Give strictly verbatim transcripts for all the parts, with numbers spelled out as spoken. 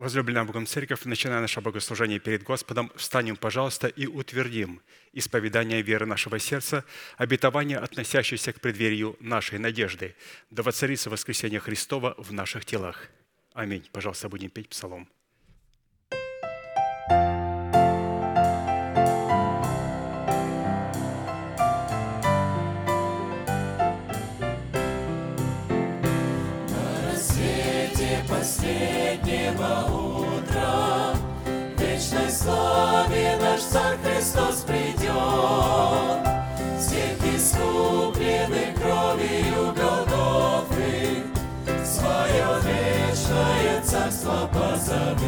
Возлюбленная Богом Церковь, начиная наше богослужение перед Господом, встанем, пожалуйста, и утвердим исповедание веры нашего сердца, обетование, относящееся к преддверию нашей надежды, да воцарится воскресение Христова в наших телах. Аминь. Пожалуйста, будем петь псалом. Последнего утра в вечной славе наш Царь Христос придет, всех искупленных кровью Голгофы в свое вечное царство позовет.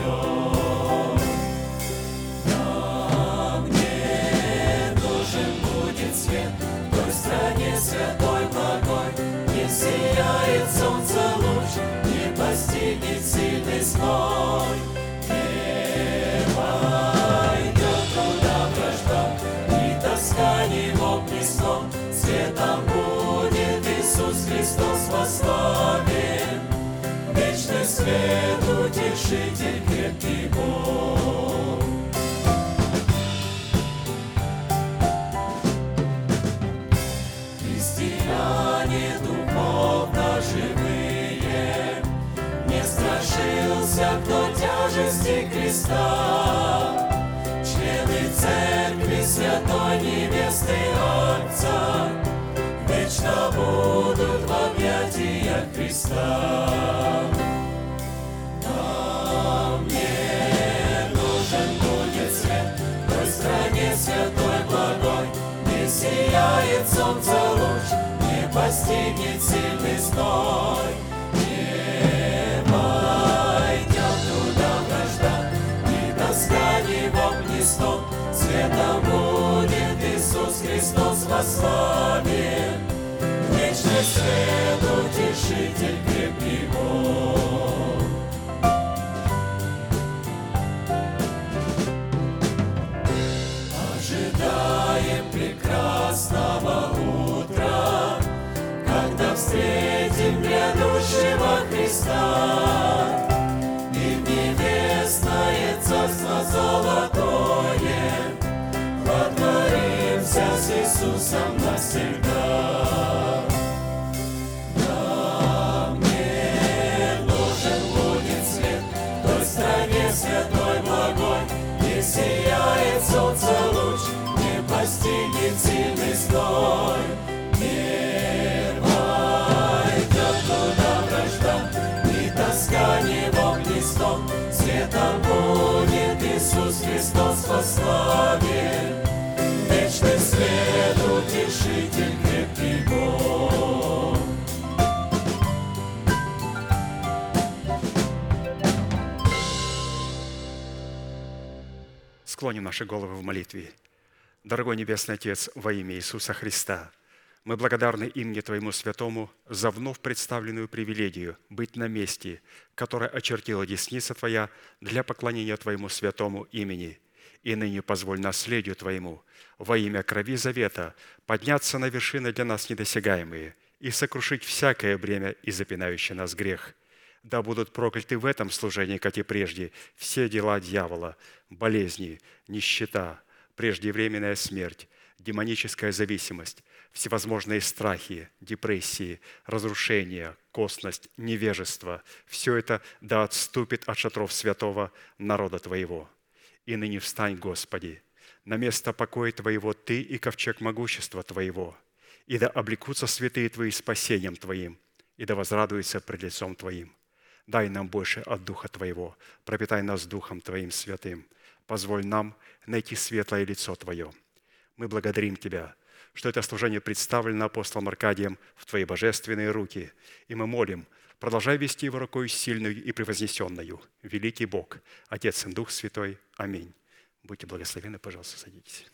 Нам не нужен будет свет в той стране святой благой, не сияет солнце луч, постигнет сильный зной. Не войдет туда вражда, ни тоска, ни мук, ни сон. Светом будет Иисус Христос во славе, вечный свет, утешитель, крепкий Бог. Христиане духовно живые, страшился, кто тяжести креста. Члены церкви святой невесты Отца вечно будут в объятиях Христа. Нам не нужен будет свет в той стране святой благой, не сияет солнце луч, не постигнет сильный зной. Ни Бог, ни стон, светом будет Иисус Христос во славе, вечный свет, утешитель, крепкий Бог. Ожидаем прекрасного утра, когда встретим грядущего Христа. Небесное царство золотое, водворимся с Иисусом навсегда. Нам не нужен будет свет в той стране святой благой, не сияет солнце луч, не постигнет сильный зной. Не войдет туда вражда, ни тоска, ни мук, ни стон. Светом будет Иисус Христос во славе, вечный свет, утешитель, крепкий Бог. Склоним наши головы в молитве. Дорогой Небесный Отец, во имя Иисуса Христа, мы благодарны имени Твоему Святому за вновь представленную привилегию быть на месте, которое очертила десница Твоя для поклонения Твоему Святому имени. И ныне позволь наследию Твоему во имя крови завета подняться на вершины для нас недосягаемые и сокрушить всякое бремя и запинающий нас грех. Да будут прокляты в этом служении, как и прежде, все дела дьявола, болезни, нищета, преждевременная смерть, демоническая зависимость, всевозможные страхи, депрессии, разрушения, косность, невежество – все это да отступит от шатров святого народа Твоего. И ныне встань, Господи, на место покоя Твоего Ты и ковчег могущества Твоего, и да облекутся святые Твои спасением Твоим, и да возрадуются пред лицом Твоим. Дай нам больше от Духа Твоего, пропитай нас Духом Твоим святым, позволь нам найти светлое лицо Твое. Мы благодарим Тебя, что это служение представлено апостолом Аркадием в Твои божественные руки. И мы молим, продолжай вести его рукой сильную и превознесенную. Великий Бог, Отец и Дух Святой. Аминь. Будьте благословенны, пожалуйста, садитесь.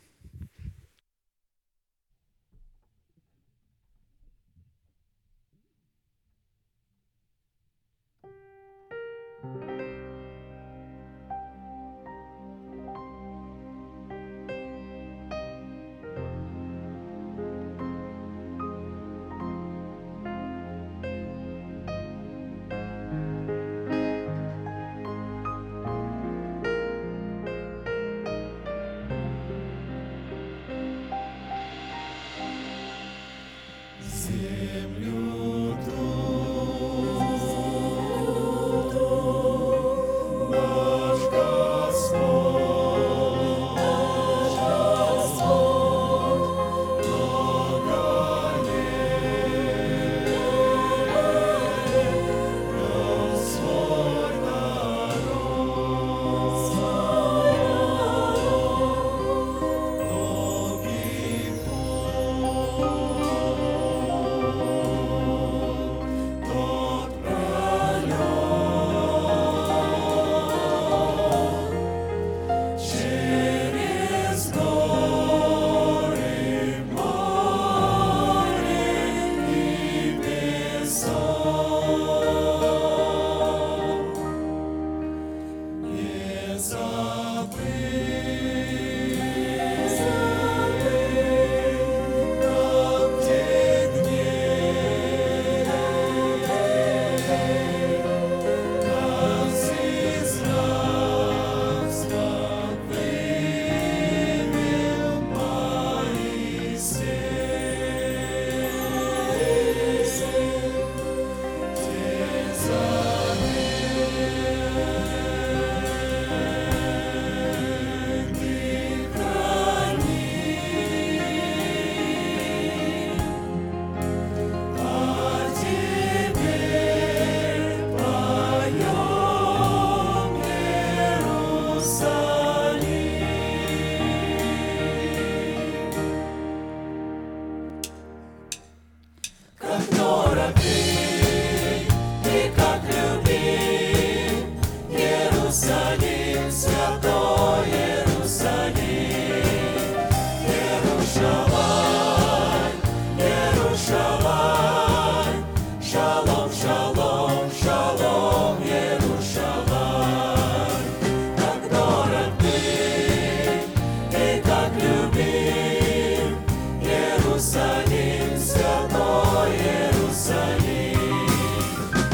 Шалом, шалом, шалом, Иерушалайм. Как дорог ты и как любим, Иерусалим, святой Иерусалим.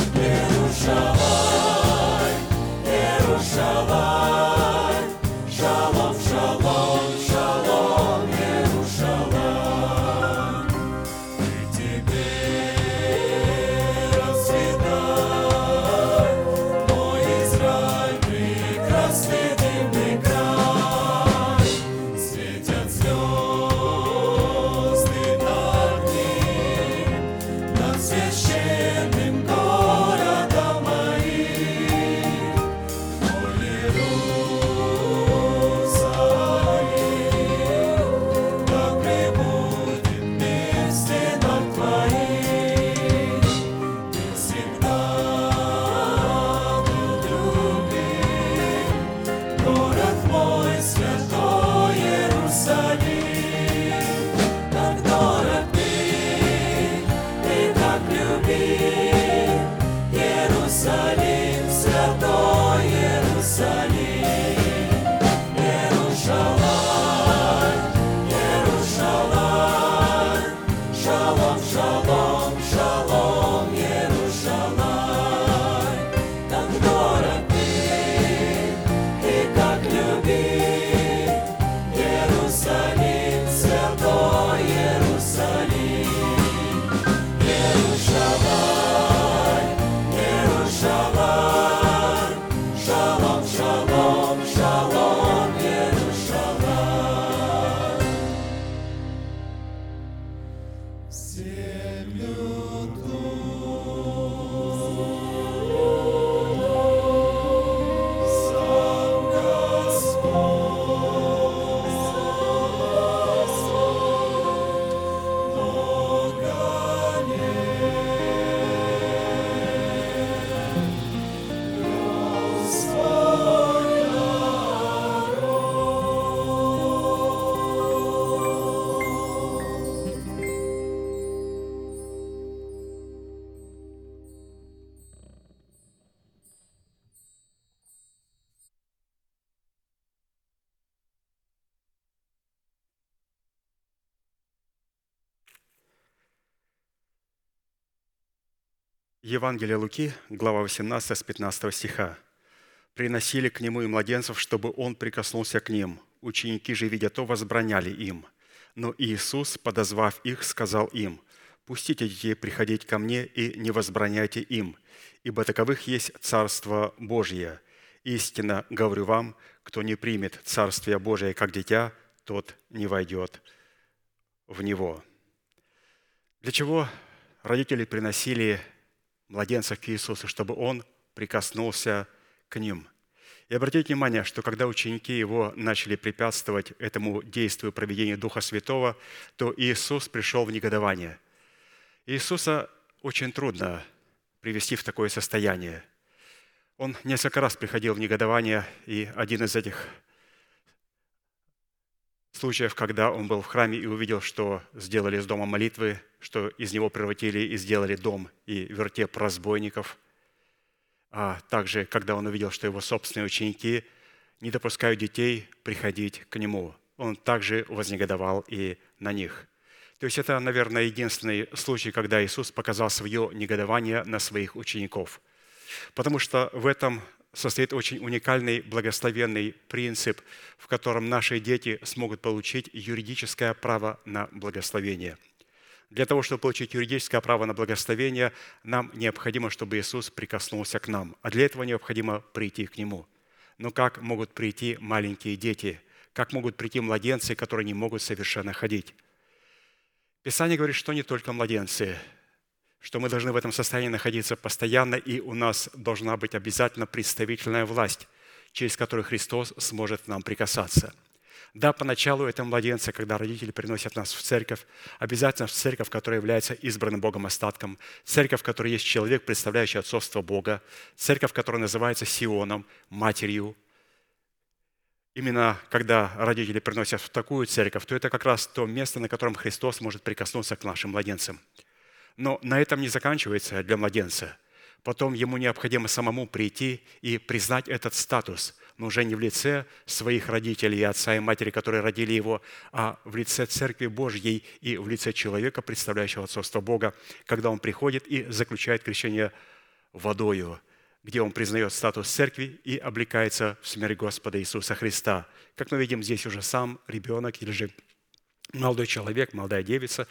Иерушалайм, Иерушалайм, шалом, шалом, шалом, Иерушалайм. И теперь расцветай, мой Израиль, прекрасный дивный край. Светят звезды над ним, над священным городом моим. Мой Иерусалим, да пребудет мир в стенах твоих. Ты всегда был любим, город мой, святой Иерусалим. Как дорог ты и как любим, Иерусалим, святой Иерусалим. Иерушалайм, Иерушалайм, шалом, шалом, шалом, Иерушалайм. Как дорог ты и как любим, Иерусалим, святой Иерусалим. Иерушалайм, Иерушалайм, шалом, шалом, шалом, Иерушалайм. Землю ту сам Господь, много лет Господь народ. Евангелие Луки, глава восемнадцать, с пятнадцатого стиха. «Приносили к нему и младенцев, чтобы он прикоснулся к ним. Ученики же, видя то, возбраняли им. Но Иисус, подозвав их, сказал им: пустите детей приходить ко мне и не возбраняйте им, ибо таковых есть Царство Божье. Истинно говорю вам, кто не примет Царствие Божие как дитя, тот не войдет в него». Для чего родители приносили младенцев к Иисусу? Чтобы Он прикоснулся к ним. И обратите внимание, что когда ученики Его начали препятствовать этому действию проведения Духа Святого, то Иисус пришел в негодование. Иисуса очень трудно привести в такое состояние. Он несколько раз приходил в негодование, и один из этих случаев, когда он был в храме и увидел, что сделали из дома молитвы, что из него превратили и сделали дом и вертеп разбойников, а также, когда он увидел, что его собственные ученики не допускают детей приходить к нему, он также вознегодовал и на них. То есть это, наверное, единственный случай, когда Иисус показал свое негодование на своих учеников. Потому что в этом состоит очень уникальный благословенный принцип, в котором наши дети смогут получить юридическое право на благословение. Для того, чтобы получить юридическое право на благословение, нам необходимо, чтобы Иисус прикоснулся к нам, а для этого необходимо прийти к Нему. Но как могут прийти маленькие дети? Как могут прийти младенцы, которые не могут совершенно ходить? Писание говорит, что не только младенцы, что мы должны в этом состоянии находиться постоянно, и у нас должна быть обязательно представительная власть, через которую Христос сможет к нам прикасаться. Да, поначалу это младенцы, когда родители приносят нас в церковь, обязательно в церковь, которая является избранным Богом остатком, церковь, в которой есть человек, представляющий отцовство Бога, церковь, которая называется Сионом, матерью. Именно когда родители приносят в такую церковь, то это как раз то место, на котором Христос может прикоснуться к нашим младенцам. Но на этом не заканчивается для младенца. Потом ему необходимо самому прийти и признать этот статус, но уже не в лице своих родителей, отца и матери, которые родили его, а в лице Церкви Божьей и в лице человека, представляющего отцовство Бога, когда он приходит и заключает крещение водою, где он признает статус Церкви и облекается в смерть Господа Иисуса Христа. Как мы видим, здесь уже сам ребенок или же молодой человек, молодая девица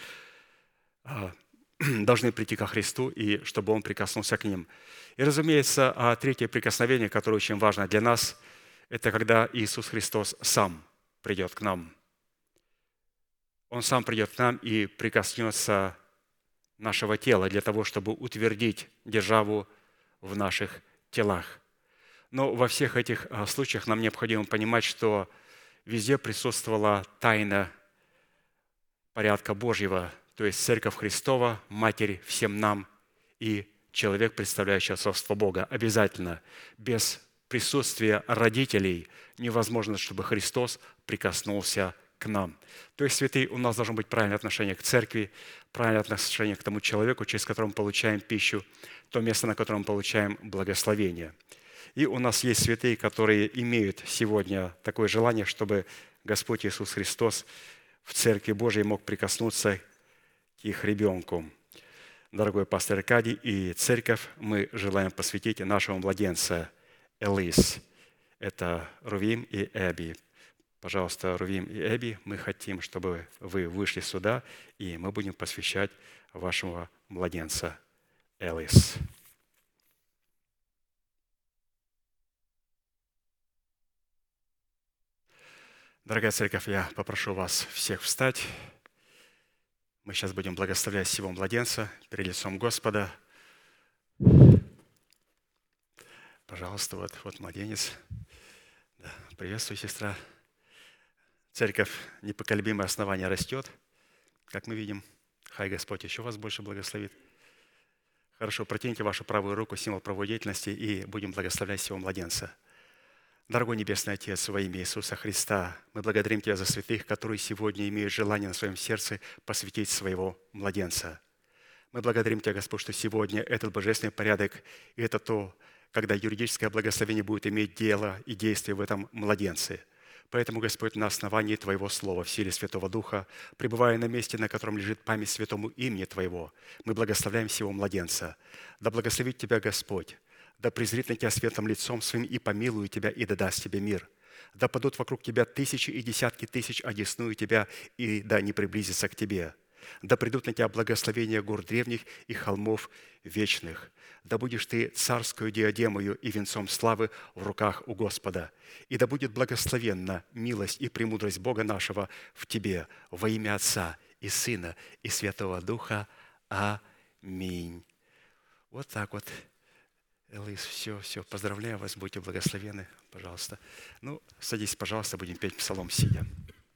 должны прийти ко Христу, и чтобы Он прикоснулся к ним. И, разумеется, а третье прикосновение, которое очень важно для нас, это когда Иисус Христос сам придет к нам. Он сам придет к нам и прикоснется нашего тела для того, чтобы утвердить державу в наших телах. Но во всех этих случаях нам необходимо понимать, что везде присутствовала тайна порядка Божьего, то есть Церковь Христова, Матерь всем нам и человек, представляющий отцовство Бога. Обязательно без присутствия родителей невозможно, чтобы Христос прикоснулся к нам. То есть, святые, у нас должно быть правильное отношение к Церкви, правильное отношение к тому человеку, через которого мы получаем пищу, то место, на котором мы получаем благословение. И у нас есть святые, которые имеют сегодня такое желание, чтобы Господь Иисус Христос в Церкви Божией мог прикоснуться к их ребенку. Дорогой пастор Аркадий и церковь, мы желаем посвятить нашего младенца Элис. Это Рувим и Эбби. Пожалуйста, Рувим и Эбби, мы хотим, чтобы вы вышли сюда, и мы будем посвящать вашего младенца Элис. Дорогая церковь, я попрошу вас всех встать. Мы сейчас будем благословлять всего младенца перед лицом Господа. Пожалуйста, вот, вот младенец. Да, приветствую, сестра. Церковь, непоколебимое основание растет, как мы видим. Хай Господь еще вас больше благословит. Хорошо, протяните вашу правую руку, символ правовой деятельности, и будем благословлять всего младенца. Дорогой Небесный Отец, во имя Иисуса Христа, мы благодарим Тебя за святых, которые сегодня имеют желание на своем сердце посвятить своего младенца. Мы благодарим Тебя, Господь, что сегодня этот божественный порядок и это то, когда юридическое благословение будет иметь дело и действие в этом младенце. Поэтому, Господь, на основании Твоего Слова, в силе Святого Духа, пребывая на месте, на котором лежит память святому имени Твоего, мы благословляем всего младенца. Да благословит Тебя Господь, да презрит на Тебя светлым лицом Своим и помилует Тебя, и да даст Тебе мир. Да падут вокруг Тебя тысячи и десятки тысяч, одесную Тебя, и да не приблизится к Тебе. Да придут на Тебя благословения гор древних и холмов вечных. Да будешь Ты царскую диадемою и венцом славы в руках у Господа. И да будет благословенна милость и премудрость Бога нашего в Тебе во имя Отца и Сына и Святого Духа. Аминь. Вот так вот. Элис, все, все, поздравляю вас, будьте благословенны, пожалуйста. Ну, садись, пожалуйста, будем петь псалом сидя.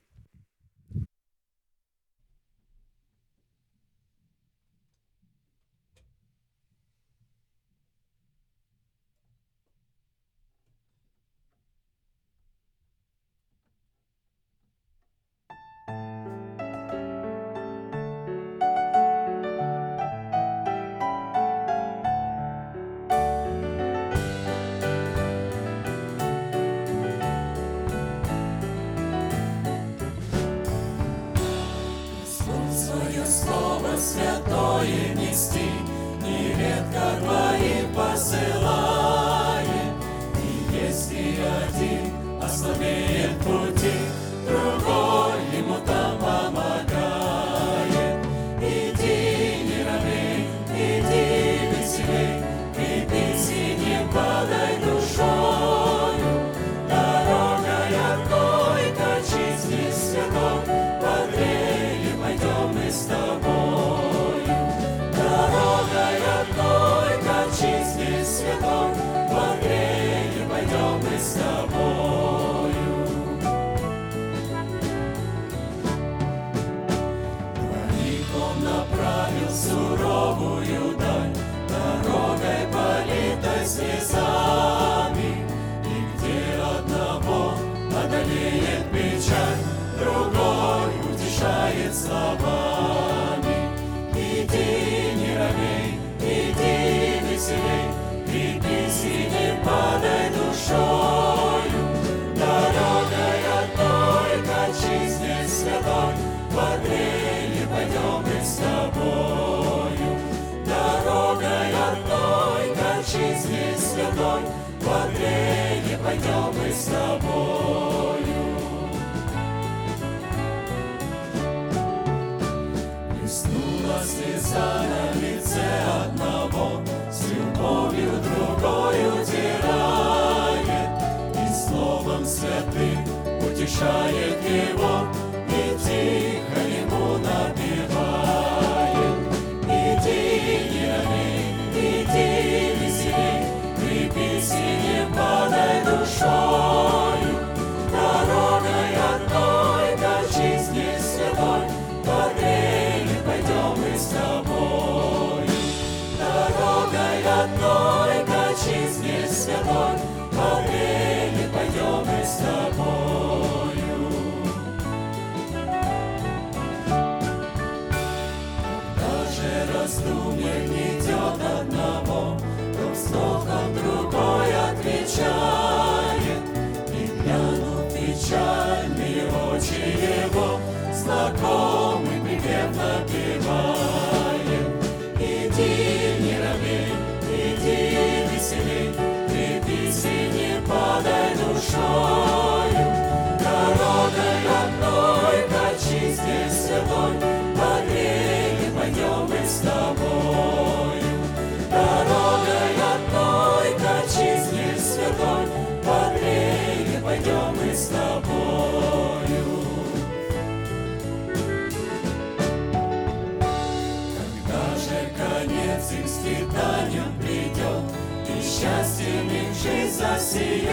Святое нести, нередко Твои посылаем. И если один ослабеет пути, другой ему там помогает. Иди, не робей, иди веселей, крепись и не падай душою. Дорогой открой, качись не святой, бодрее пойдем мы с Тобой. Чистый святой, бодрее пойдем мы с Тобою. Двоих Он направил суровую даль, дорогой политой слезами. И где одного одолеет печаль, другой утешает словами. Иди, не отчизне святой, в Андрея пойдем мы с тобою. Блеснула слеза на лице одного, с любовью другой утирает, и словом святым утешает его, и тихо ему напевает. Иди, не рони, иди веселей, крепись и не падай душою, дорогой одной к отчизне святой, в Андрея пойдем мы с тобою. Дорогой одной к отчизне святой, в Андрея пойдем мы с тобою. Даже раздумье гнетет одного, то вздохом другой отвечает, и глянув печальные очи его, знакомый припев напевает. Иди, не робей, иди веселей, крепись и не падай душою, дорогой одной к отчизне святой, в Андрея пойдем мы с тобою. Дорогой одной к отчизне святой, в Андрея пойдем мы с тобою. Когда же конец их скитаниям придет, и счастьем их жизнь засияет,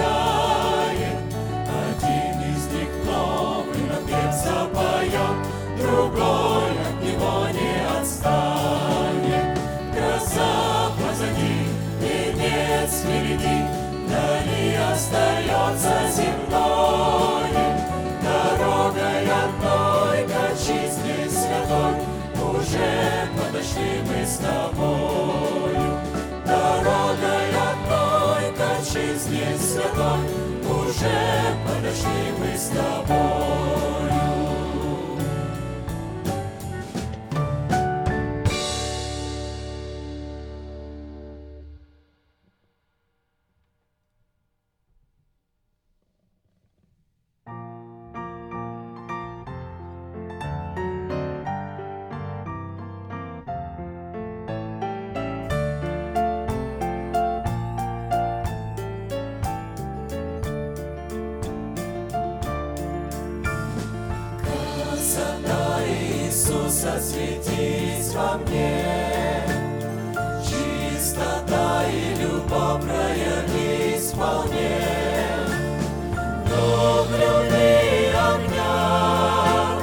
один из них новый напев запоет, другой от него не отстанет. Гроза позади, венец впереди, вдали остается земное, дорогой одной к отчизне святой, уже подошли мы с тобою. Дорогой одной к отчизне святой, уже подошли мы с тобою. Светись во мне, чистота и любовь проявись вполне. Дух любви и огня,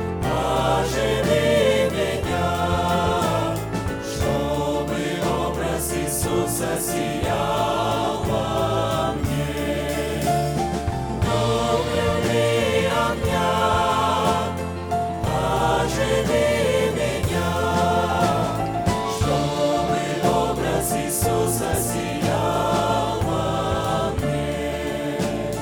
оживи меня, чтобы образ Иисуса сиял во мне. Дух любви и огня, оживи Иисуса сиял во мне.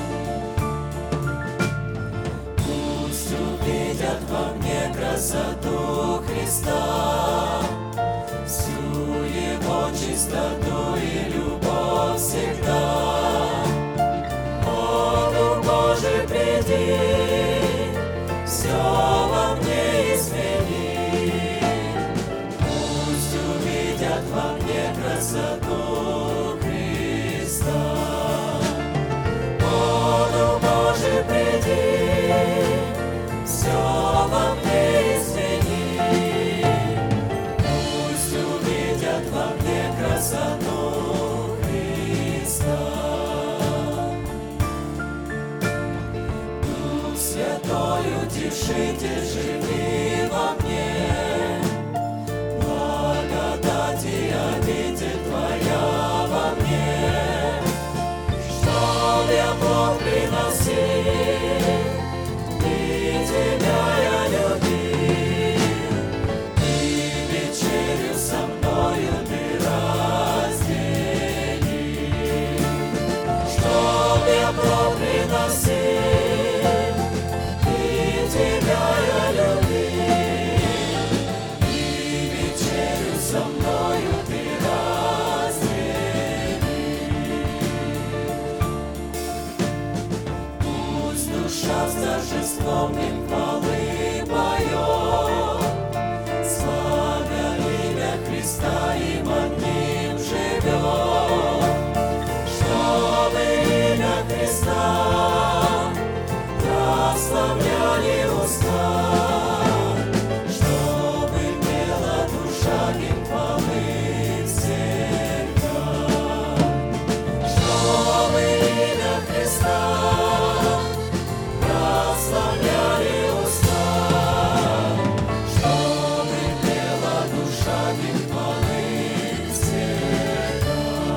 Пусть увидят во мне красоту Христа, всю Его чистоту и любовь всегда. О, Дух Божий, приди, все во мне измени. Пусть увидят во мне красоту Христа. О, Дух Божий, приди, все во мне измени. Пусть увидят во мне красоту Христа. Дух Святой, Утешитель, живи во мне. Благодать и обитель Твоя во мне, чтоб я плод приносил, и Тебя я любил, и вечерю со мною Ты разделил. Чтоб я плод приносил, и Тебя я любил, торжеством им хвалы поет. Славя имя Христа, им одним живет. Чтобы имя Христа прославляли уста, чтобы пела душа им хвалы всегда. Чтобы имя Христа прославляли уста, чтобы пела душа им хвалы всегда.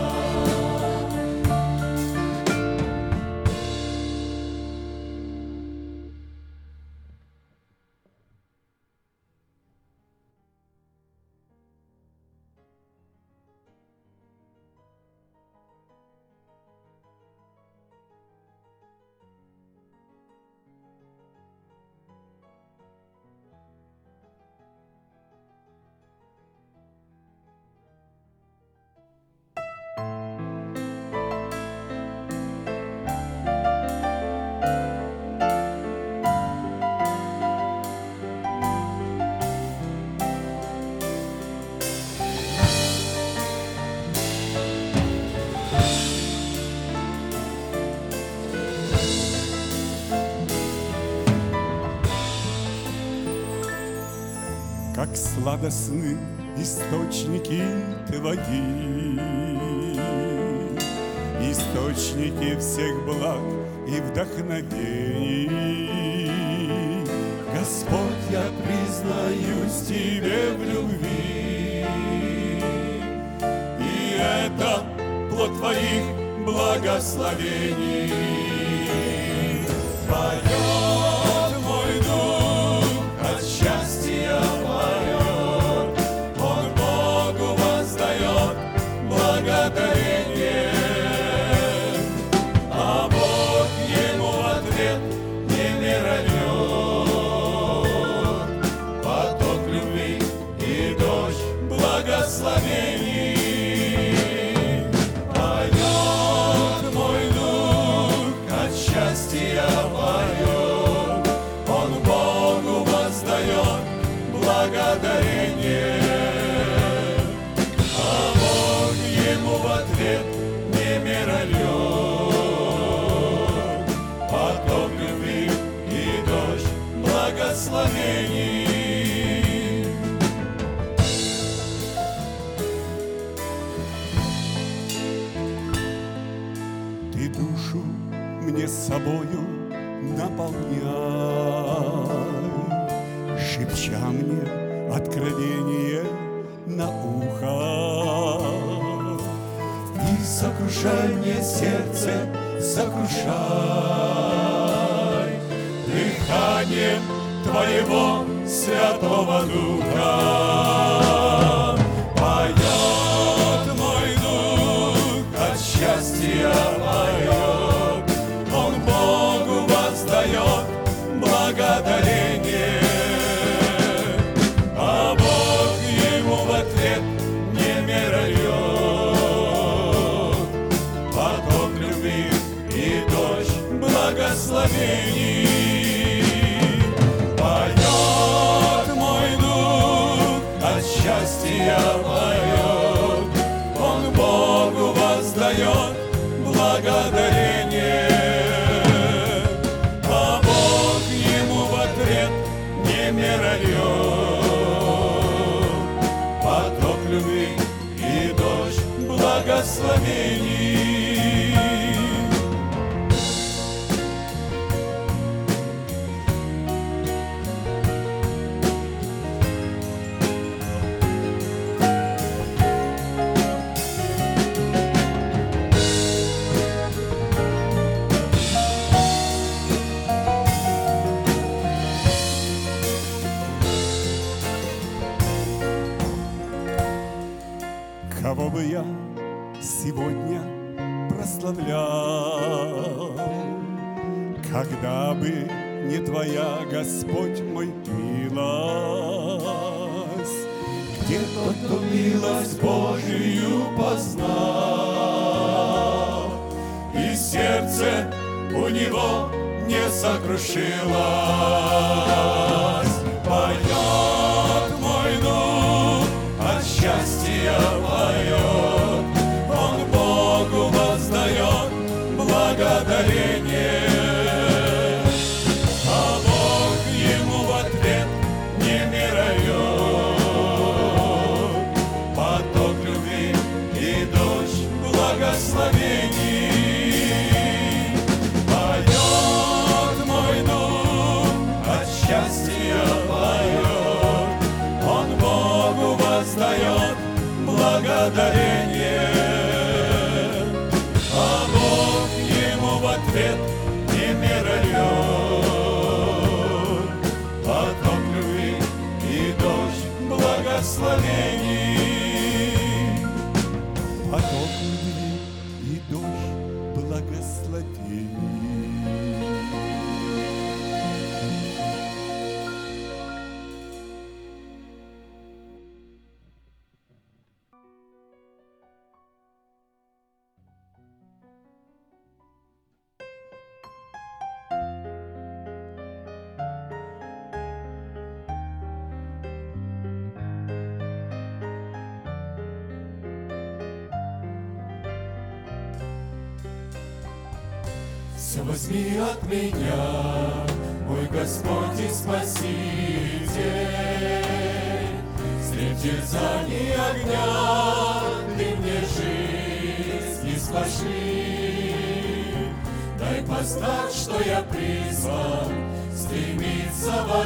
Как сладостны источники Твои, источники всех благ и вдохновений. Господь, я признаюсь Тебе в любви, и это плод Твоих благословений. Поет мой дух от счастья поет, он Богу воздает благодарение, а Бог ему в ответ не мирольет, поток любви и дождь благословений. Поет мой дух от счастья поет, он Богу воздает благодарение, а Бог ему в ответ не мирольет, поток любви и дождь благословений. Ты душу мне собою наполняй, шепча мне откровение на ухо, и сокрушай мне сердце, сокрушай дыханием Твоего Святого Духа. Поет мой дух от счастья поет, он Богу воздает благодарение, а Бог ему в ответ не мирольет, поток любви и дождь благословений. Поет мой дух от счастья поет, он Богу воздает благодарение, а Бог ему в ответ не мирольет, поток любви и дождь благословений. Кого бы я сегодня прославлял, когда бы не Твоя, Господь мой, милость? Где тот, кто милость Божию познал, и сердце у него не сокрушилась. Поет мой дух, от счастья поет, он Богу воздает благодарение. А Бог ему в ответ не мирает, поток любви и дождь благословений. Поет мой дух, от счастья поет, он Богу воздает благодарение. А Бог ему в ответ не миролет, поток любви и дождь благословений. Поток любви и дождь благословений. Все возьми от меня, мой Господь и Спаситель. Средь терзаний огня ты мне жизнь не спошли. Дай познать, что я призван стремиться в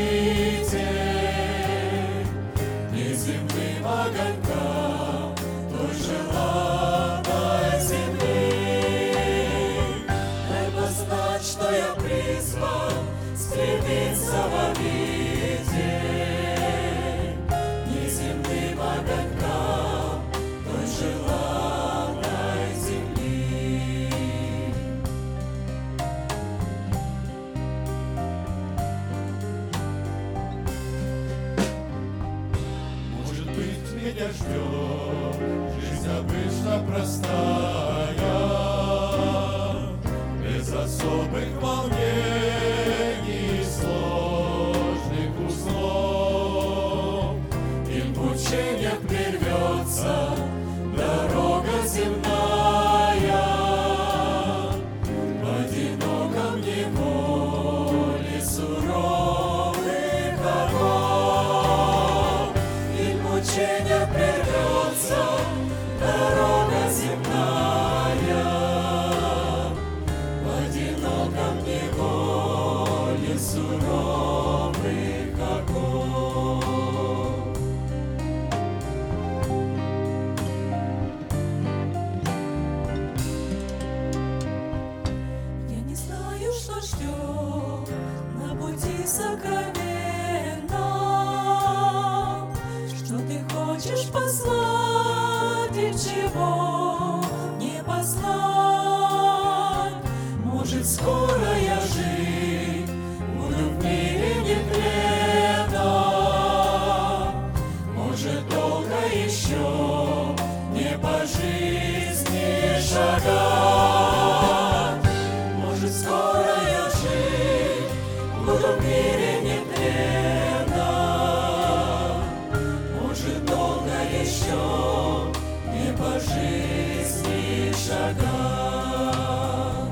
обитель неземным огонькам той желанной земли. Что я призван стремиться в обитель неземным огонькам той желанной земли. Может быть, меня ждет жизнь обычно простая, без особых волнений, сложных узлов. И в мучениях прервется дорога земная, в одиноком неволе суровых оков. И в мучениях прервется дорога земная, ко мне воле суровых оков. Я не знаю, что ждет на пути сокровенном, что ты хочешь послать и чего не послать. Может, скоро я жить буду в мире нетленном, может, долго еще не по жизни шагать. Может, скоро я жить буду в мире нетленном, может, долго еще не по жизни шагать.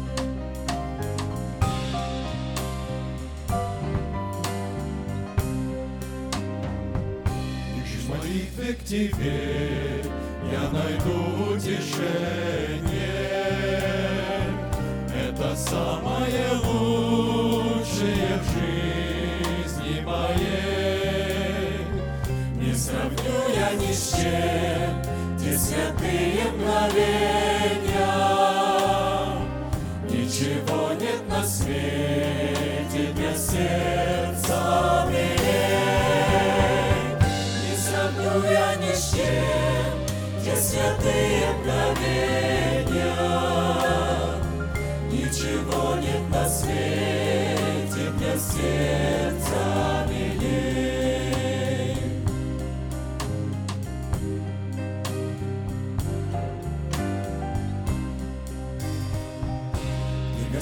К тебе я найду утешение. Это самое лучшее в жизни моей. Не сравню я ни с чем те святые мгновения. Ничего нет на свете для сердца милей. Не сравню я ни с чем те святые мгновения.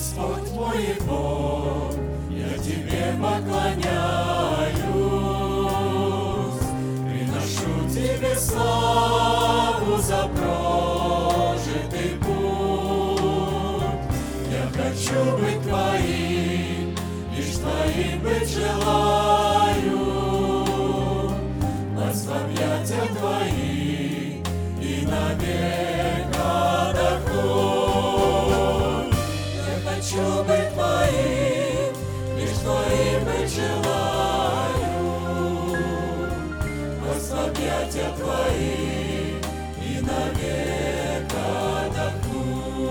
Господь мой и Бог, я Тебе поклоняюсь, приношу Тебе славу за прожитый путь. Я хочу быть Твоим, лишь Твоим быть желаю, в объятия Твои и навек отдохну. Я хочу быть Твоим, лишь Твоим быть желаю, в объятия Твои и навек отдохну.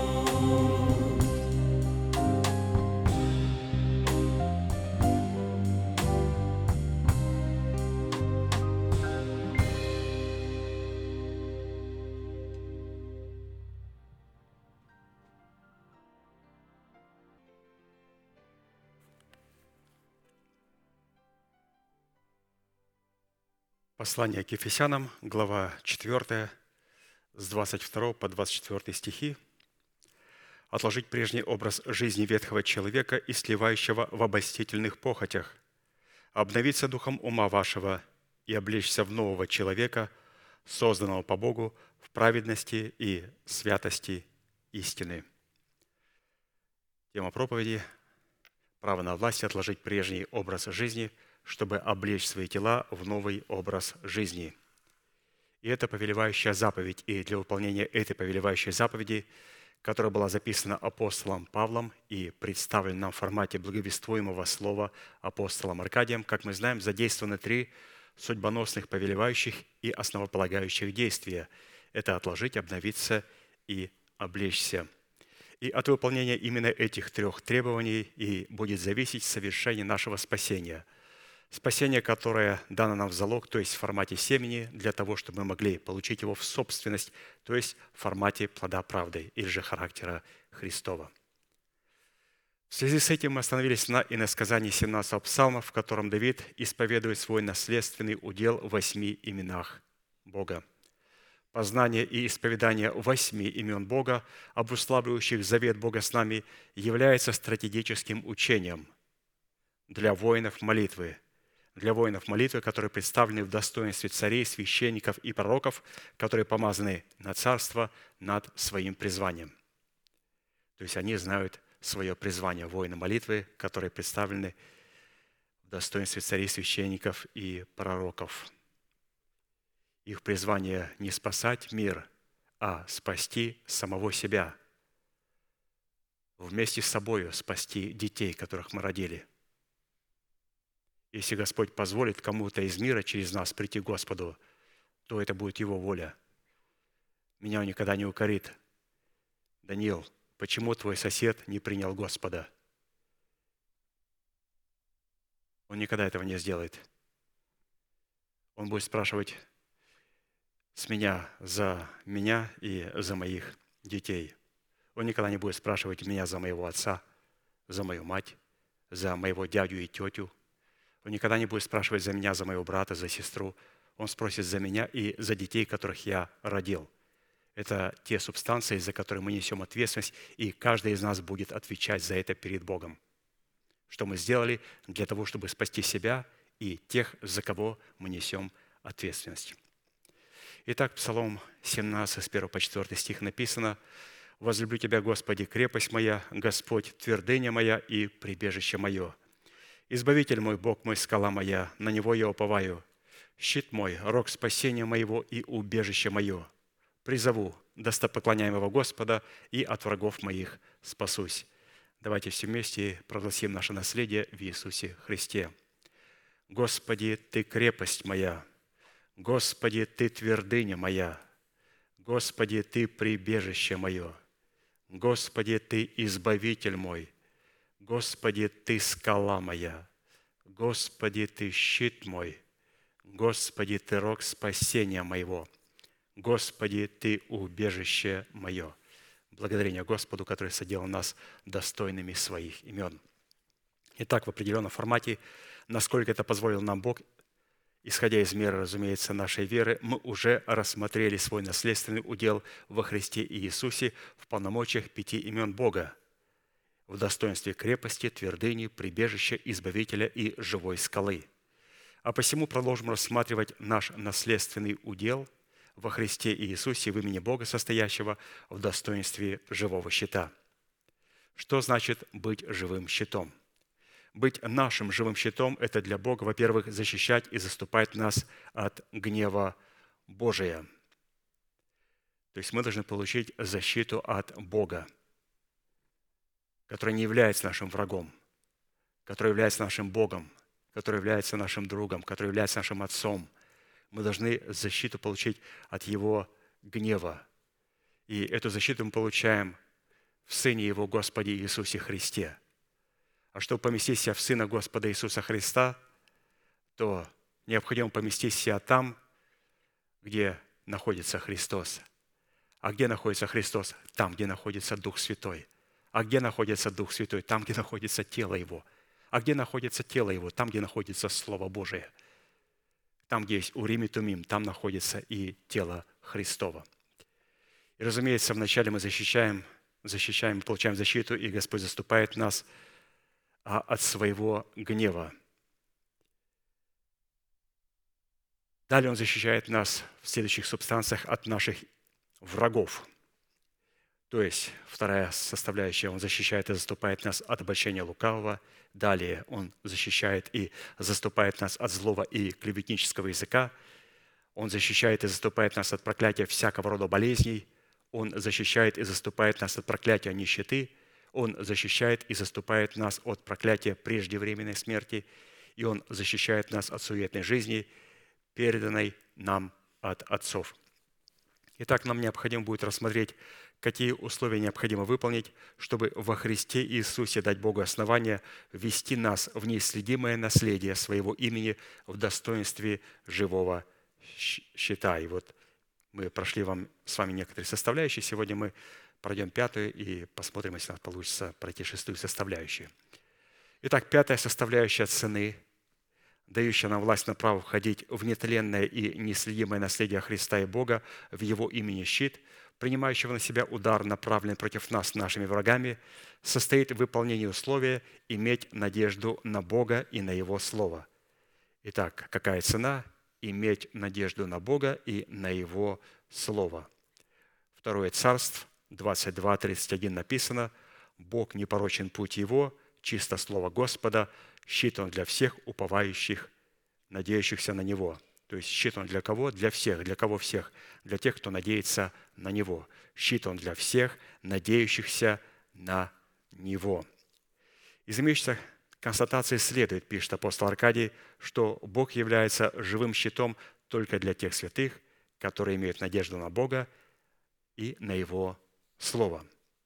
Послание к Ефесянам, глава четвёртая, с двадцать второго по двадцать четвёртый стихи. «Отложить прежний образ жизни ветхого человека и сливающего в обольстительных похотях, обновиться духом ума вашего и облечься в нового человека, созданного по Богу в праведности и святости истины». Тема проповеди – право на власть отложить прежний образ жизни, чтобы облечь свои тела в новый образ жизни. И это повелевающая заповедь. И для выполнения этой повелевающей заповеди, которая была записана апостолом Павлом и представлена нам в формате благовествуемого слова апостолом Аркадием, как мы знаем, задействованы три судьбоносных повелевающих и основополагающих действия. Это отложить, обновиться и облечься. И от выполнения именно этих трех требований и будет зависеть совершение нашего спасения – спасение, которое дано нам в залог, то есть в формате семени, для того, чтобы мы могли получить его в собственность, то есть в формате плода правды или же характера Христова. В связи с этим мы остановились на иносказании семнадцатого псалма, в котором Давид исповедует свой наследственный удел в восьми именах Бога. Познание и исповедание восьми имен Бога, обуславливающих завет Бога с нами, является стратегическим учением для воинов молитвы, для воинов молитвы, которые представлены в достоинстве царей, священников и пророков, которые помазаны на царство над своим призванием. То есть они знают свое призвание, воины молитвы, которые представлены в достоинстве царей, священников и пророков. Их призвание не спасать мир, а спасти самого себя, вместе с собой спасти детей, которых мы родили. Если Господь позволит кому-то из мира через нас прийти к Господу, то это будет Его воля. Меня Он никогда не укорит. Даниил, почему твой сосед не принял Господа? Он никогда этого не сделает. Он будет спрашивать с меня за меня и за моих детей. Он никогда не будет спрашивать меня за моего отца, за мою мать, за моего дядю и тетю. Он никогда не будет спрашивать за меня, за моего брата, за сестру. Он спросит за меня и за детей, которых я родил. Это те субстанции, за которые мы несем ответственность, и каждый из нас будет отвечать за это перед Богом. Что мы сделали для того, чтобы спасти себя и тех, за кого мы несем ответственность. Итак, Псалом семнадцать, с первого по четвёртый стих написано: «Возлюблю Тебя, Господи, крепость моя, Господь, твердыня моя и прибежище мое. Избавитель мой, Бог мой, скала моя, на Него я уповаю. Щит мой, рог спасения моего и убежище мое. Призову достопоклоняемого Господа, и от врагов моих спасусь». Давайте все вместе прогласим наше наследие в Иисусе Христе. «Господи, Ты крепость моя, Господи, Ты твердыня моя, Господи, Ты прибежище мое, Господи, Ты избавитель мой, Господи, Ты скала моя, Господи, Ты щит мой, Господи, Ты рог спасения моего, Господи, Ты убежище мое». Благодарение Господу, который соделал нас достойными своих имен. Итак, в определенном формате, насколько это позволил нам Бог, исходя из меры, разумеется, нашей веры, мы уже рассмотрели свой наследственный удел во Христе Иисусе в полномочиях пяти имен Бога. в достоинстве крепости, твердыни, прибежища, избавителя и живой скалы. А посему продолжим рассматривать наш наследственный удел во Христе Иисусе в имени Бога, состоящего в достоинстве живого щита. Что значит быть живым щитом? Быть нашим живым щитом – это для Бога, во-первых, защищать и заступать нас от гнева Божия. То есть мы должны получить защиту от Бога, который не является нашим врагом, который является нашим Богом, который является нашим другом, который является нашим Отцом. Мы должны защиту получить от Его гнева. И эту защиту мы получаем в Сыне Его Господе Иисусе Христе. А чтобы поместить себя в Сына Господа Иисуса Христа, то необходимо поместить себя там, где находится Христос. А где находится Христос? Там, где находится Дух Святой. А где находится Дух Святой? Там, где находится тело Его. А где находится тело Его? Там, где находится Слово Божие. Там, где есть Урим и Тумим, там находится и тело Христово. И, разумеется, вначале мы защищаем, защищаем, получаем защиту, и Господь заступает нас от своего гнева. Далее Он защищает нас в следующих субстанциях от наших врагов. То есть, вторая составляющая, Он защищает и заступает нас от обольщения лукавого. Далее Он защищает и заступает нас от злого и клеветнического языка. Он защищает и заступает нас от проклятия всякого рода болезней. Он защищает и заступает нас от проклятия нищеты. Он защищает и заступает нас от проклятия преждевременной смерти. И Он защищает нас от суетной жизни, переданной нам от отцов. Итак, нам необходимо будет рассмотреть, какие условия необходимо выполнить, чтобы во Христе Иисусе дать Богу основание ввести нас в неисследимое наследие Своего имени в достоинстве живого щита. И вот мы прошли вам, с вами некоторые составляющие. Сегодня мы пройдем пятую и посмотрим, если у нас получится пройти шестую составляющую. Итак, пятая составляющая цены, дающая нам власть на право входить в нетленное и неследимое наследие Христа и Бога в Его имени щит, принимающего на себя удар, направленный против нас нашими врагами, состоит в выполнении условия иметь надежду на Бога и на Его Слово. Итак, какая цена? Иметь надежду на Бога и на Его Слово. Второе Царств, двадцать два тридцать один написано: «Бог непорочен путь Его, чисто слово Господа, щит Он для всех уповающих, надеющихся на Него». То есть щит Он для кого? Для всех. Для кого всех? Для тех, кто надеется на Него. Щит Он для всех, надеющихся на Него. Из имеющейся констатации следует, пишет апостол Аркадий, что Бог является живым щитом только для тех святых, которые имеют надежду на Бога и на Его Слово.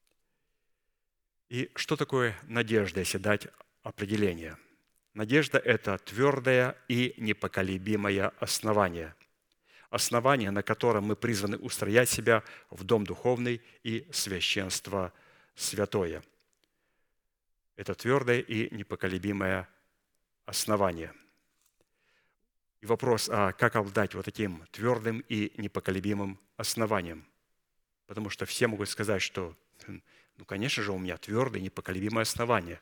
И что такое надежда, если дать определение? Надежда – это твердое и непоколебимое основание. Основание, на котором мы призваны устроять себя в дом духовный и священство святое. Это твердое и непоколебимое основание. И вопрос, а как обладать вот таким твердым и непоколебимым основанием? Потому что все могут сказать, что, ну, конечно же, у меня твердое и непоколебимое основание.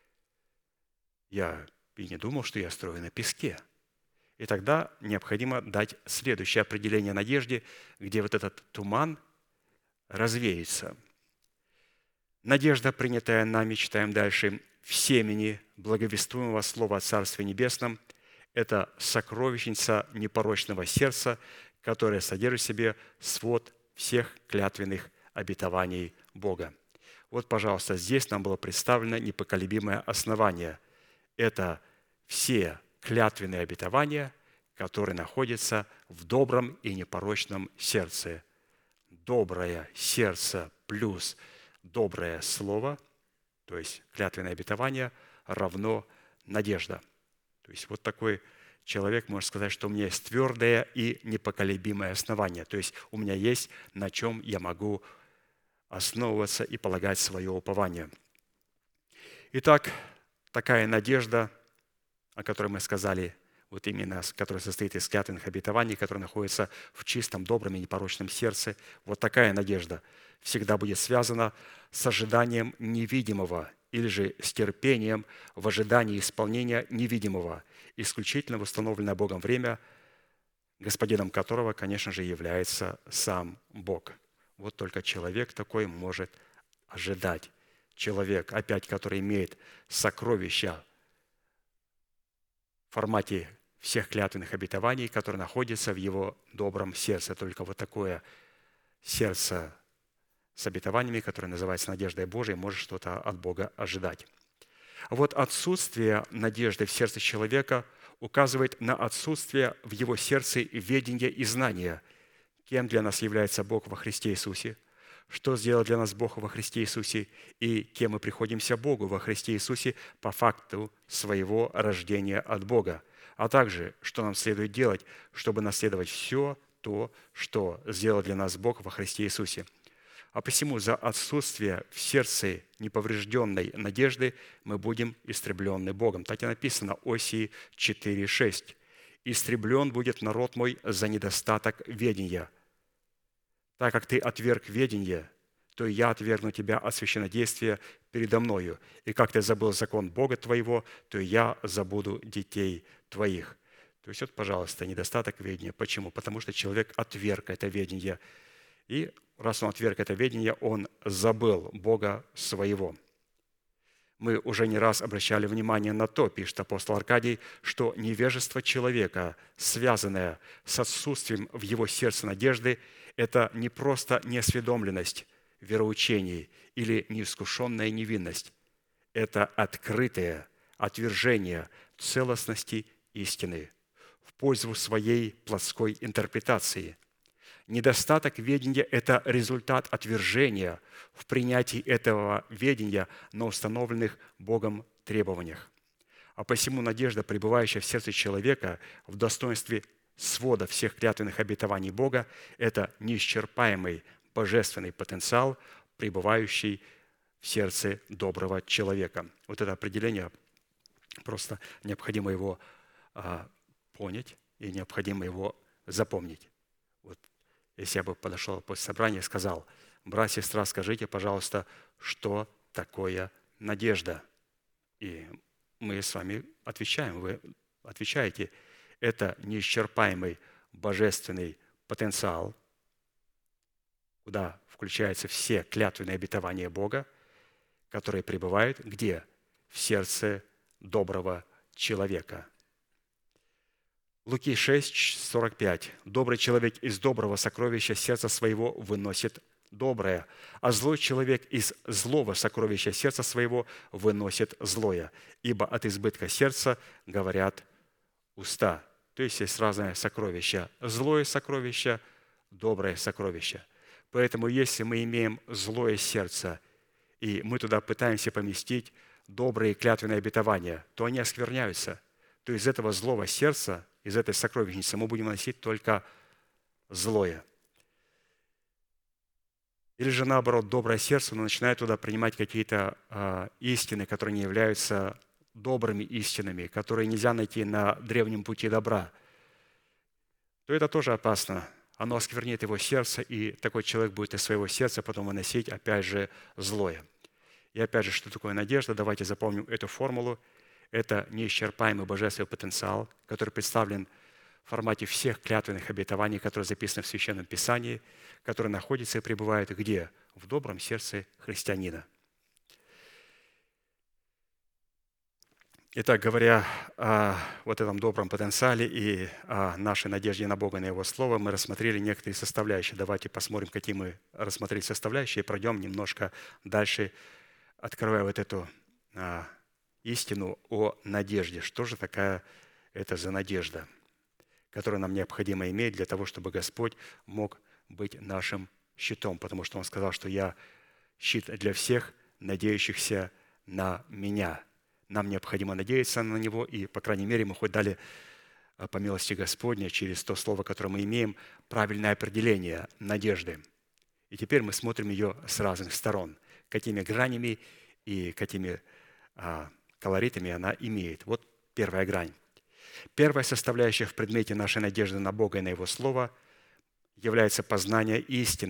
Я и не думал, что я строю на песке. И тогда необходимо дать следующее определение надежде, где вот этот туман развеется. Надежда, принятая нами, читаем дальше, в семени благовествуемого Слова о Царстве Небесном, это сокровищница непорочного сердца, которое содержит в себе свод всех клятвенных обетований Бога. Вот, пожалуйста, здесь нам было представлено непоколебимое основание. Это все клятвенные обетования, которые находятся в добром и непорочном сердце. Доброе сердце плюс доброе слово, то есть клятвенное обетование, равно надежда. То есть вот такой человек может сказать, что у меня есть твердое и непоколебимое основание. То есть у меня есть на чем я могу основываться и полагать свое упование. Итак, такая надежда, о которой мы сказали, вот именно, которая состоит из клятвенных обетований, которая находится в чистом, добром и непорочном сердце, вот такая надежда всегда будет связана с ожиданием невидимого или же с терпением в ожидании исполнения невидимого, исключительно в установленное Богом время, господином которого, конечно же, является сам Бог. Вот только человек такой может ожидать. Человек, опять, который имеет сокровища в формате всех клятвенных обетований, которые находятся в его добром сердце. Только вот такое сердце с обетованиями, которое называется надеждой Божией, может что-то от Бога ожидать. А вот отсутствие надежды в сердце человека указывает на отсутствие в его сердце ведения и знания, кем для нас является Бог во Христе Иисусе, что сделал для нас Бог во Христе Иисусе и кем мы приходимся Богу во Христе Иисусе по факту своего рождения от Бога, а также, что нам следует делать, чтобы наследовать все то, что сделал для нас Бог во Христе Иисусе. А посему за отсутствие в сердце неповрежденной надежды мы будем истреблены Богом. Так и написано, Осии четыре шесть. «Истреблен будет народ мой за недостаток ведения. Так как ты отверг ведение, то и я отвергну тебя от священнодействия передо мною. И как ты забыл закон Бога твоего, то и я забуду детей твоих». То есть вот, пожалуйста, недостаток ведения. Почему? Потому что человек отверг это ведение. И раз он отверг это ведение, он забыл Бога своего. Мы уже не раз обращали внимание на то, пишет апостол Аркадий, что невежество человека, связанное с отсутствием в его сердце надежды, это не просто неосведомленность вероучений или неискушенная невинность. Это открытое отвержение целостности истины в пользу своей плотской интерпретации. Недостаток ведения – это результат отвержения в принятии этого ведения на установленных Богом требованиях. А посему надежда, пребывающая в сердце человека в достоинстве свода всех клятвенных обетований Бога – это неисчерпаемый божественный потенциал, пребывающий в сердце доброго человека. Вот это определение, просто необходимо его а, понять и необходимо его запомнить. Вот. Если я бы подошел после собрания и сказал: брат, сестра, скажите, пожалуйста, что такое надежда? И мы с вами отвечаем, вы отвечаете: это неисчерпаемый божественный потенциал, куда включаются все клятвенные обетования Бога, которые пребывают где? В сердце доброго человека. Луки шесть сорок пять. «Добрый человек из доброго сокровища сердца своего выносит доброе, а злой человек из злого сокровища сердца своего выносит злое, ибо от избытка сердца говорят уста». То есть есть разные сокровища. Злое сокровище, доброе сокровище. Поэтому если мы имеем злое сердце, и мы туда пытаемся поместить добрые клятвенные обетования, то они оскверняются. То из этого злого сердца, из этой сокровищницы мы будем носить только злое. Или же наоборот, доброе сердце, но начинает туда принимать какие-то э, истины, которые не являются добрыми истинами, которые нельзя найти на древнем пути добра, то это тоже опасно. Оно осквернит его сердце, и такой человек будет из своего сердца потом выносить опять же злое. И опять же, что такое надежда? Давайте запомним эту формулу. Это неисчерпаемый божественный потенциал, который представлен в формате всех клятвенных обетований, которые записаны в Священном Писании, которые находятся и пребывают где? В добром сердце христианина. Итак, говоря о вот этом добром потенциале и о нашей надежде на Бога и на Его Слово, мы рассмотрели некоторые составляющие. Давайте посмотрим, какие мы рассмотрели составляющие, и пройдем немножко дальше, открывая вот эту а, истину о надежде. Что же такая это за надежда, которую нам необходимо иметь для того, чтобы Господь мог быть нашим щитом, потому что Он сказал, что «Я щит для всех, надеющихся на Меня». Нам необходимо надеяться на Него, и, по крайней мере, мы хоть дали, по милости Господней, через то слово, которое мы имеем, правильное определение надежды. И теперь мы смотрим ее с разных сторон, какими гранями и какими а, колоритами она имеет. Вот первая грань. Первая составляющая в предмете нашей надежды на Бога и на Его Слово является познание истины,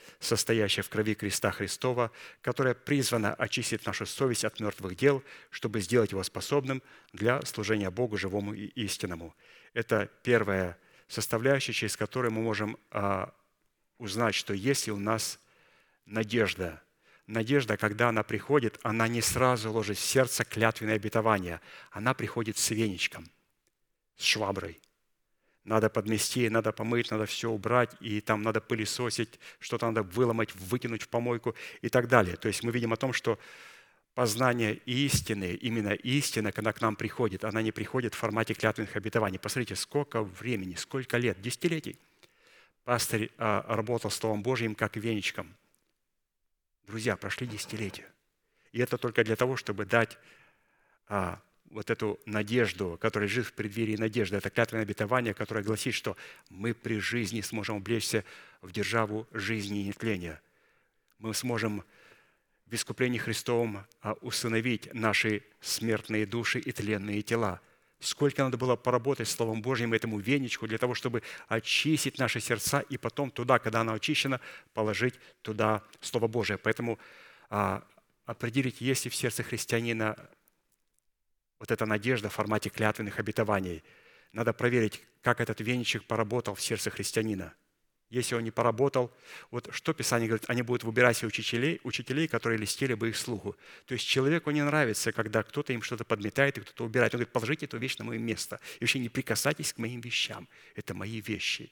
состоящая в крови креста Христова, которая призвана очистить нашу совесть от мертвых дел, чтобы сделать его способным для служения Богу живому и истинному. Это первая составляющая, через которую мы можем а, узнать, что если у нас надежда, надежда, когда она приходит, она не сразу ложит в сердце клятвенное обетование, она приходит с веничком, с шваброй. Надо подмести, надо помыть, надо все убрать, и там надо пылесосить, что-то надо выломать, выкинуть в помойку и так далее. То есть мы видим о том, что познание истины, именно истина, когда к нам приходит, она не приходит в формате клятвенных обетований. Посмотрите, сколько времени, сколько лет, десятилетий пастырь а, работал с Словом Божьим как веничком. Друзья, прошли десятилетия. И это только для того, чтобы дать а, вот эту надежду, которая лежит в преддверии надежды. Это клятвенное обетование, которое гласит, что мы при жизни сможем облечься в державу жизни и нетления. Мы сможем в искуплении Христовом усыновить наши смертные души и тленные тела. Сколько надо было поработать Словом Божьим этому веничку для того, чтобы очистить наши сердца и потом туда, когда оно очищено, положить туда Слово Божие. Поэтому а, определить, есть ли в сердце христианина вот эта надежда в формате клятвенных обетований. Надо проверить, как этот веничек поработал в сердце христианина. Если он не поработал, вот что Писание говорит, они будут выбирать себе учителей, учителей, которые льстили бы их слуху. То есть человеку не нравится, когда кто-то им что-то подметает и кто-то убирает. Он говорит, положите эту вещь на мое место. И вообще не прикасайтесь к моим вещам. Это мои вещи.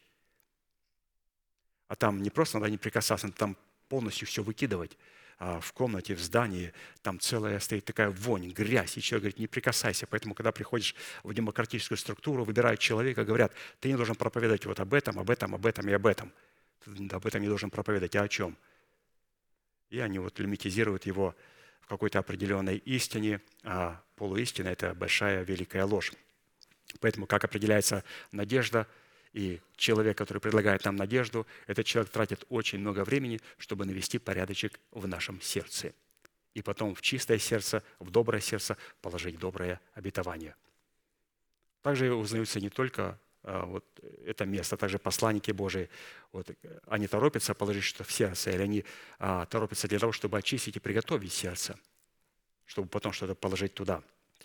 А там не просто надо не прикасаться, надо там полностью все выкидывать. А в комнате, в здании, там целая стоит такая вонь, грязь, и человек говорит, не прикасайся. Поэтому, когда приходишь в демократическую структуру, выбирают человека, говорят, ты не должен проповедовать вот об этом, об этом, об этом и об этом. Ты об этом не должен проповедовать, а о чем? И они вот лимитизируют его в какой-то определенной истине, а полуистина – это большая, великая ложь. Поэтому как определяется надежда? И человек, который предлагает нам надежду, этот человек тратит очень много времени, чтобы навести порядочек в нашем сердце. И потом в чистое сердце, в доброе сердце положить доброе обетование. Также узнаются не только а, вот это место, а также посланники Божии. Вот, они торопятся положить что-то в сердце, или они а, торопятся для того, чтобы очистить и приготовить сердце, чтобы потом что-то положить туда.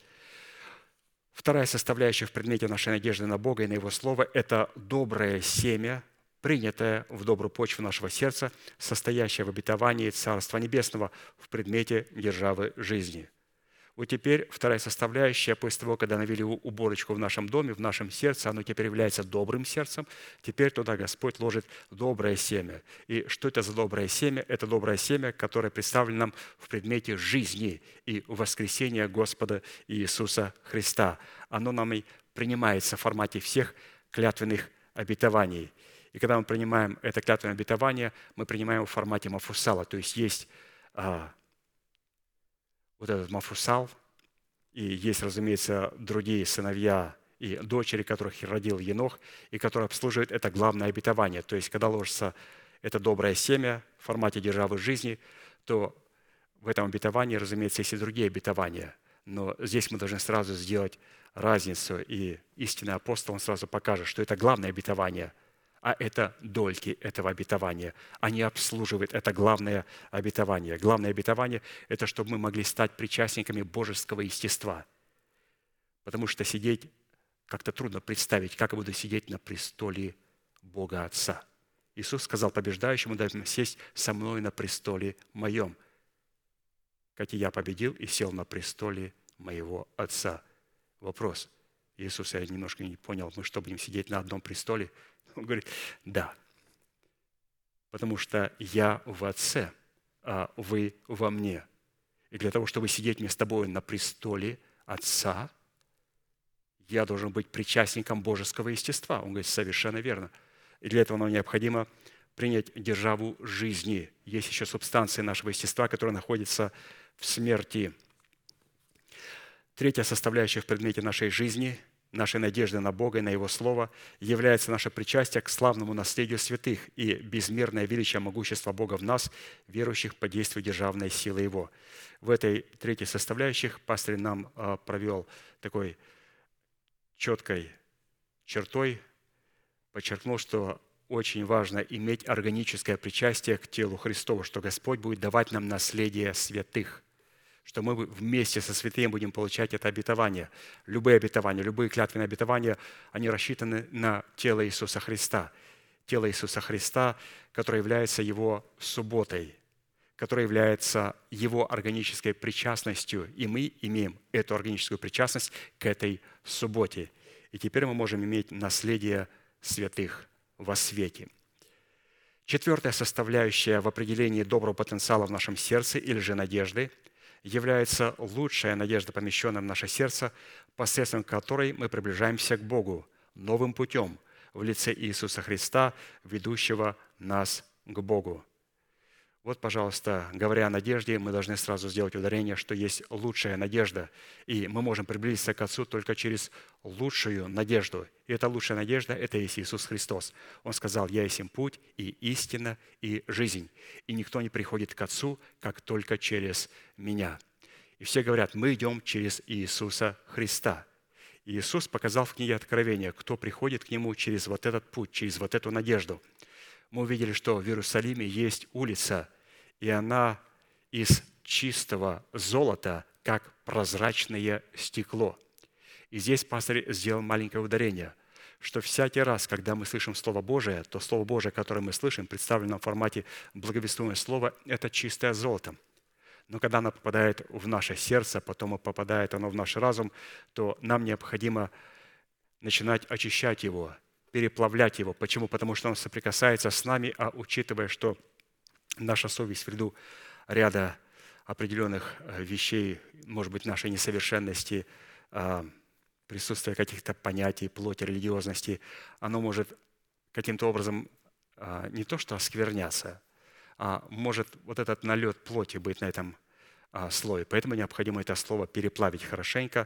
Вторая составляющая в предмете нашей надежды на Бога и на Его Слово – это доброе семя, принятое в добрую почву нашего сердца, состоящее в обетовании Царства Небесного в предмете державы жизни. Вот теперь вторая составляющая, после того, когда навели уборочку в нашем доме, в нашем сердце, оно теперь является добрым сердцем, теперь туда Господь ложит доброе семя. И что это за доброе семя? Это доброе семя, которое представлено нам в предмете жизни и воскресения Господа Иисуса Христа. Оно нам и принимается в формате всех клятвенных обетований. И когда мы принимаем это клятвенное обетование, мы принимаем его в формате мафусала, то есть есть а, вот этот мафусал, и есть, разумеется, другие сыновья и дочери, которых родил Енох, и которые обслуживают это главное обетование. То есть, когда ложится это доброе семя в формате державы жизни, то в этом обетовании, разумеется, есть и другие обетования. Но здесь мы должны сразу сделать разницу, и истинный апостол, он сразу покажет, что это главное обетование, а это дольки этого обетования. Они обслуживают это главное обетование. Главное обетование – это чтобы мы могли стать причастниками божеского естества. Потому что сидеть, как-то трудно представить, как я буду сидеть на престоле Бога Отца. Иисус сказал побеждающему, дай мне сесть со мной на престоле моем, как и я победил и сел на престоле моего Отца. Вопрос. Иисус, я немножко не понял, мы что, будем сидеть на одном престоле? Он говорит, да, потому что я в Отце, а вы во мне. И для того, чтобы сидеть вместе с тобой на престоле Отца, я должен быть причастником божеского естества. Он говорит, совершенно верно. И для этого нам необходимо принять державу жизни. Есть еще субстанции нашего естества, которые находятся в смерти. Третья составляющая в предмете нашей жизни – нашей надежды на Бога и на Его Слово является наше причастие к славному наследию святых и безмерное величие могущества Бога в нас, верующих по действию державной силы Его. В этой третьей составляющей пастырь нам провел такой четкой чертой, подчеркнул, что очень важно иметь органическое причастие к телу Христову, что Господь будет давать нам наследие святых, что мы вместе со святыми будем получать это обетование. Любые обетования, любые клятвенные обетования, они рассчитаны на тело Иисуса Христа. Тело Иисуса Христа, которое является Его субботой, которое является Его органической причастностью, и мы имеем эту органическую причастность к этой субботе. И теперь мы можем иметь наследие святых во свете. Четвертая составляющая в определении доброго потенциала в нашем сердце или же надежды является лучшая надежда, помещенная в наше сердце, посредством которой мы приближаемся к Богу новым путем в лице Иисуса Христа, ведущего нас к Богу. Вот, пожалуйста, говоря о надежде, мы должны сразу сделать ударение, что есть лучшая надежда, и мы можем приблизиться к Отцу только через лучшую надежду. И эта лучшая надежда – это есть Иисус Христос. Он сказал: «Я есть им путь, и истина, и жизнь, и никто не приходит к Отцу, как только через Меня». И все говорят: мы идем через Иисуса Христа. И Иисус показал в книге Откровения, кто приходит к Нему через вот этот путь, через вот эту надежду. Мы увидели, что в Иерусалиме есть улица, и она из чистого золота, как прозрачное стекло. И здесь пастор сделал маленькое ударение, что всякий раз, когда мы слышим Слово Божие, то Слово Божие, которое мы слышим, представлено в формате благовествуемое слово, это чистое золото. Но когда оно попадает в наше сердце, потом попадает оно в наш разум, то нам необходимо начинать очищать его, переплавлять его. Почему? Потому что он соприкасается с нами, а учитывая, что наша совесть в ряду ряда определенных вещей, может быть, нашей несовершенности, присутствия каких-то понятий, плоти, религиозности, оно может каким-то образом не то что оскверняться, а может вот этот налет плоти быть на этом слое. Поэтому необходимо это слово переплавить хорошенько,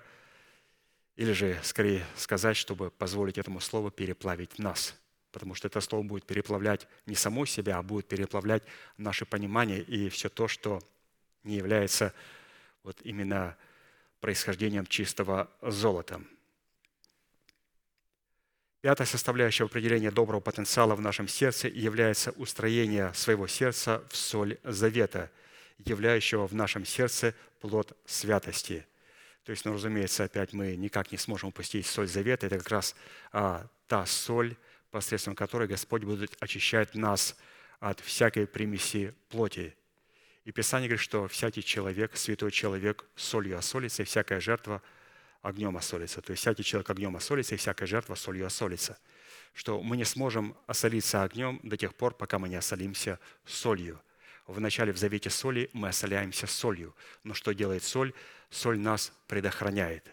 или же, скорее сказать, чтобы позволить этому слову переплавить нас. Потому что это слово будет переплавлять не само себя, а будет переплавлять наше понимание и все то, что не является вот именно происхождением чистого золота. Пятая составляющая определения доброго потенциала в нашем сердце является устроение своего сердца в соль завета, являющего в нашем сердце плод святости. То есть, ну, разумеется, опять мы никак не сможем упустить соль завета. Это как раз а, та соль, посредством которой Господь будет очищать нас от всякой примеси плоти. И Писание говорит, что всякий человек, святой человек, солью осолится, и всякая жертва огнем осолится. То есть всякий человек огнем осолится, и всякая жертва солью осолится. Что мы не сможем осолиться огнем до тех пор, пока мы не осолимся солью. Вначале в завете соли мы осоляемся солью. Но что делает соль? Соль нас предохраняет.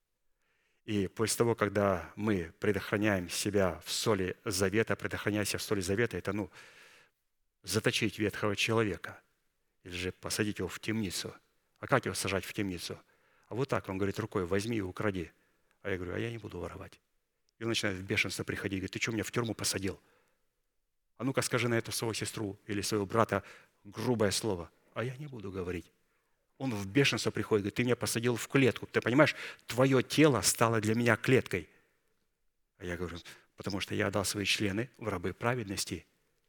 И после того, когда мы предохраняем себя в соли завета, предохраняя себя в соли завета, это, ну, заточить ветхого человека или же посадить его в темницу. А как его сажать в темницу? А вот так, он говорит рукой: возьми и укради. А я говорю: а я не буду воровать. И он начинает в бешенство приходить, говорит: ты что, меня в тюрьму посадил? А ну-ка скажи на эту свою сестру или своего брата грубое слово. А я не буду говорить. Он в бешенство приходит, говорит: ты меня посадил в клетку. Ты понимаешь, твое тело стало для меня клеткой. А я говорю: потому что я отдал свои члены в рабы праведности.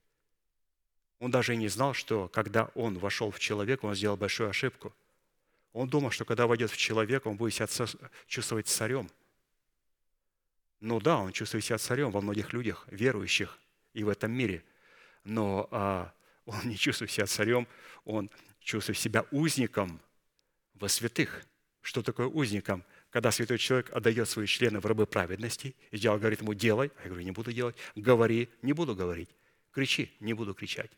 Он даже и не знал, что когда он вошел в человека, он сделал большую ошибку. Он думал, что когда войдет в человека, он будет себя чувствовать царем. Ну да, он чувствует себя царем во многих людях, верующих и в этом мире. Но а, он не чувствует себя царем, он чувствует себя узником во святых. Что такое узником? Когда святой человек отдает свои члены в рабы праведности, и дьявол говорит ему: делай. А я говорю: не буду делать. Говори, не буду говорить. Кричи, не буду кричать.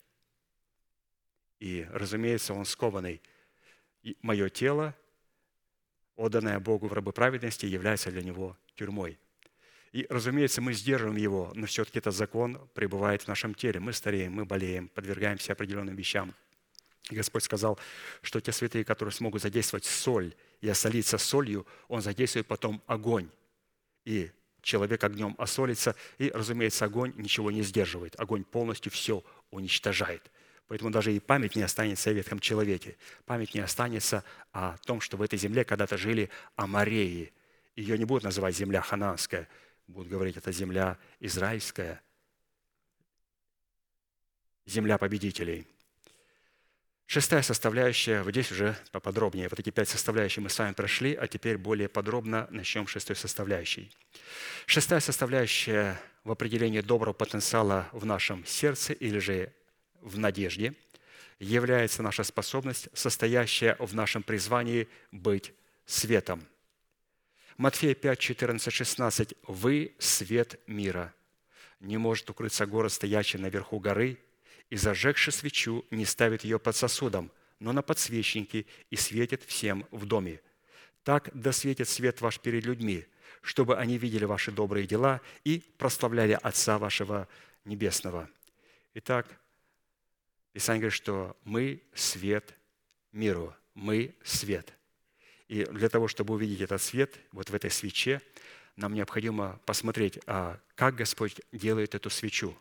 И, разумеется, он скованный. И мое тело, отданное Богу в рабы праведности, является для него тюрьмой. И, разумеется, мы сдерживаем его, но все-таки этот закон пребывает в нашем теле. Мы стареем, мы болеем, подвергаемся определенным вещам. И Господь сказал, что те святые, которые смогут задействовать соль и осолиться солью, Он задействует потом огонь. И человек огнем осолится, и, разумеется, огонь ничего не сдерживает. Огонь полностью все уничтожает. Поэтому даже и память не останется о ветхом человеке. Память не останется о том, что в этой земле когда-то жили амореи. Ее не будут называть земля ханаанская, будут говорить, это земля израильская. земля победителей. Шестая составляющая, вот здесь уже поподробнее. Вот эти пять составляющих мы с вами прошли, а теперь более подробно начнем с шестой составляющей. Шестая составляющая в определении доброго потенциала в нашем сердце или же в надежде является наша способность, состоящая в нашем призвании быть светом. Матфея пять, четырнадцать, шестнадцать. «Вы – свет мира. Не может укрыться город, стоящий наверху горы, и, зажегши свечу, не ставит ее под сосудом, но на подсвечнике, и светит всем в доме. Так да светит свет ваш перед людьми, чтобы они видели ваши добрые дела и прославляли Отца вашего Небесного». Итак, Писание говорит, что мы свет миру, мы свет. И для того, чтобы увидеть этот свет вот в этой свече, нам необходимо посмотреть, а как Господь делает эту свечу,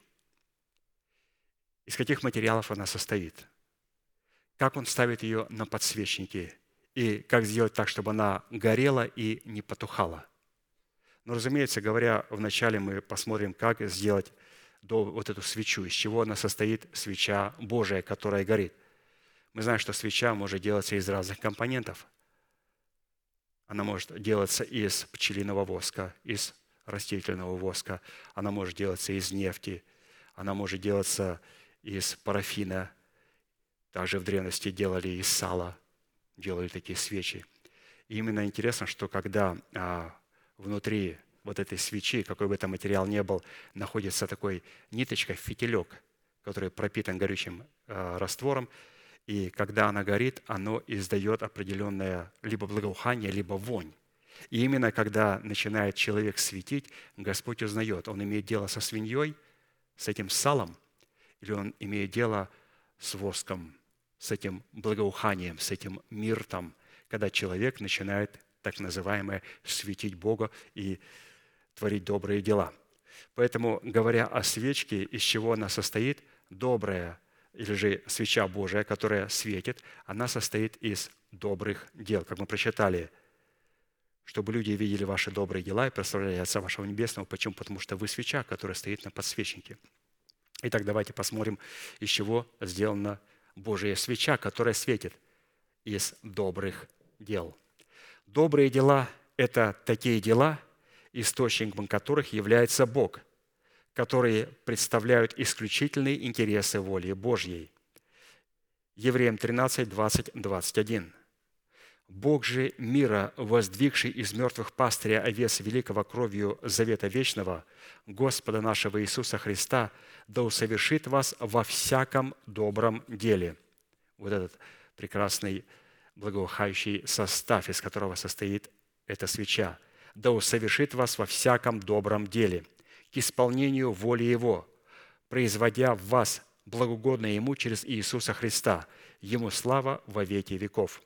из каких материалов она состоит, как Он ставит ее на подсвечники и как сделать так, чтобы она горела и не потухала. Но, разумеется, говоря, вначале мы посмотрим, как сделать вот эту свечу, из чего она состоит, свеча Божия, которая горит. Мы знаем, что свеча может делаться из разных компонентов. Она может делаться из пчелиного воска, из растительного воска, она может делаться из нефти, она может делаться из парафина. Также в древности делали из сала, делали такие свечи. И именно интересно, что когда а, внутри вот этой свечи, какой бы это материал ни был, находится такой ниточка, фитилек, который пропитан горючим а, раствором, и когда она горит, оно издает определенное либо благоухание, либо вонь. И именно когда начинает человек светить, Господь узнает, он имеет дело со свиньей, с этим салом, или он имеет дело с воском, с этим благоуханием, с этим миртом, когда человек начинает так называемое светить Бога и творить добрые дела. Поэтому, говоря о свечке, из чего она состоит, добрая или же свеча Божия, которая светит, она состоит из добрых дел. Как мы прочитали, чтобы люди видели ваши добрые дела и прославляли Отца вашего Небесного. Почему? Потому что вы свеча, которая стоит на подсвечнике. Итак, давайте посмотрим, из чего сделана Божья свеча, которая светит из добрых дел. Добрые дела – это такие дела, источником которых является Бог, которые представляют исключительные интересы воли Божьей. Евреям тринадцать, двадцать, двадцать один. «Бог же мира, воздвигший из мертвых пастыря овец великого кровью завета вечного, Господа нашего Иисуса Христа, да усовершит вас во всяком добром деле». Вот этот прекрасный благоухающий состав, из которого состоит эта свеча. «Да усовершит вас во всяком добром деле, к исполнению воли Его, производя в вас благоугодное Ему через Иисуса Христа. Ему слава во веки веков».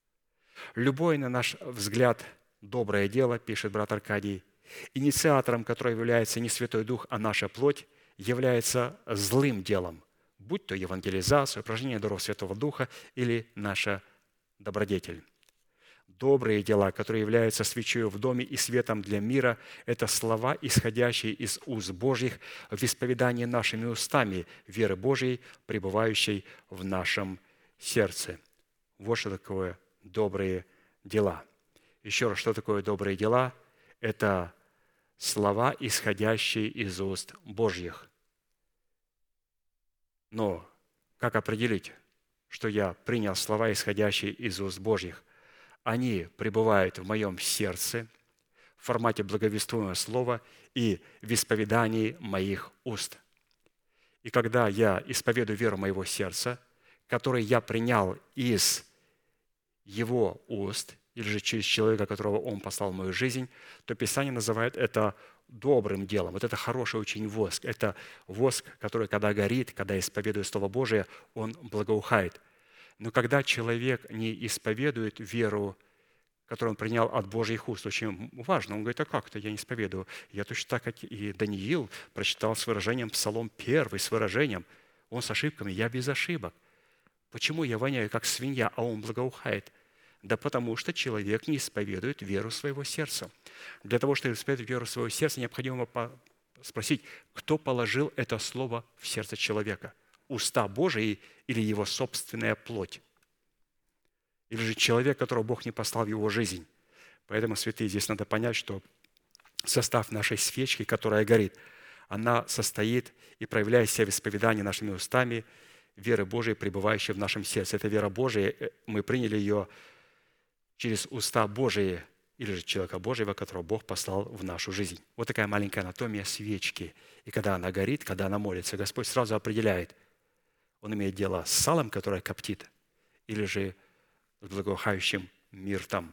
Любое, на наш взгляд, доброе дело, пишет брат Аркадий, инициатором которого является не Святой Дух, а наша плоть, является злым делом, будь то евангелизация, упражнение даров Святого Духа или наша добродетель. Добрые дела, которые являются свечой в доме и светом для мира, это слова, исходящие из уст Божьих в исповедании нашими устами веры Божьей, пребывающей в нашем сердце. Вот что такое добрые дела. Еще раз, что такое добрые дела? Это слова, исходящие из уст Божьих. Но как определить, что я принял слова, исходящие из уст Божьих? Они пребывают в моем сердце в формате благовествуемого слова и в исповедании моих уст. И когда я исповедую веру моего сердца, которую я принял из Его уст, или же через человека, которого Он послал в мою жизнь, то Писание называет это добрым делом. Вот это хороший очень воск. Это воск, который, когда горит, когда исповедует Слово Божие, он благоухает. Но когда человек не исповедует веру, которую он принял от Божьих уст, очень важно. Он говорит, а как это я не исповедую? Я точно так, как и Даниил, прочитал с выражением Псалом первый, с выражением. Он с ошибками, я без ошибок. Почему я воняю, как свинья, а он благоухает? Да потому что человек не исповедует веру своего сердца. Для того, чтобы исповедовать веру своего сердца, необходимо спросить, кто положил это слово в сердце человека. уста Божии или его собственная плоть. Или же человек, которого Бог не послал в его жизнь. Поэтому, святые, здесь надо понять, что состав нашей свечки, которая горит, она состоит и проявляет себя в исповедании нашими устами веры Божией, пребывающей в нашем сердце. Это вера Божия, мы приняли ее через уста Божии, или же человека Божьего, которого Бог послал в нашу жизнь. Вот такая маленькая анатомия свечки. И когда она горит, когда она молится, Господь сразу определяет, Он имеет дело с салом, которое коптит, или же с благоухающим миртом.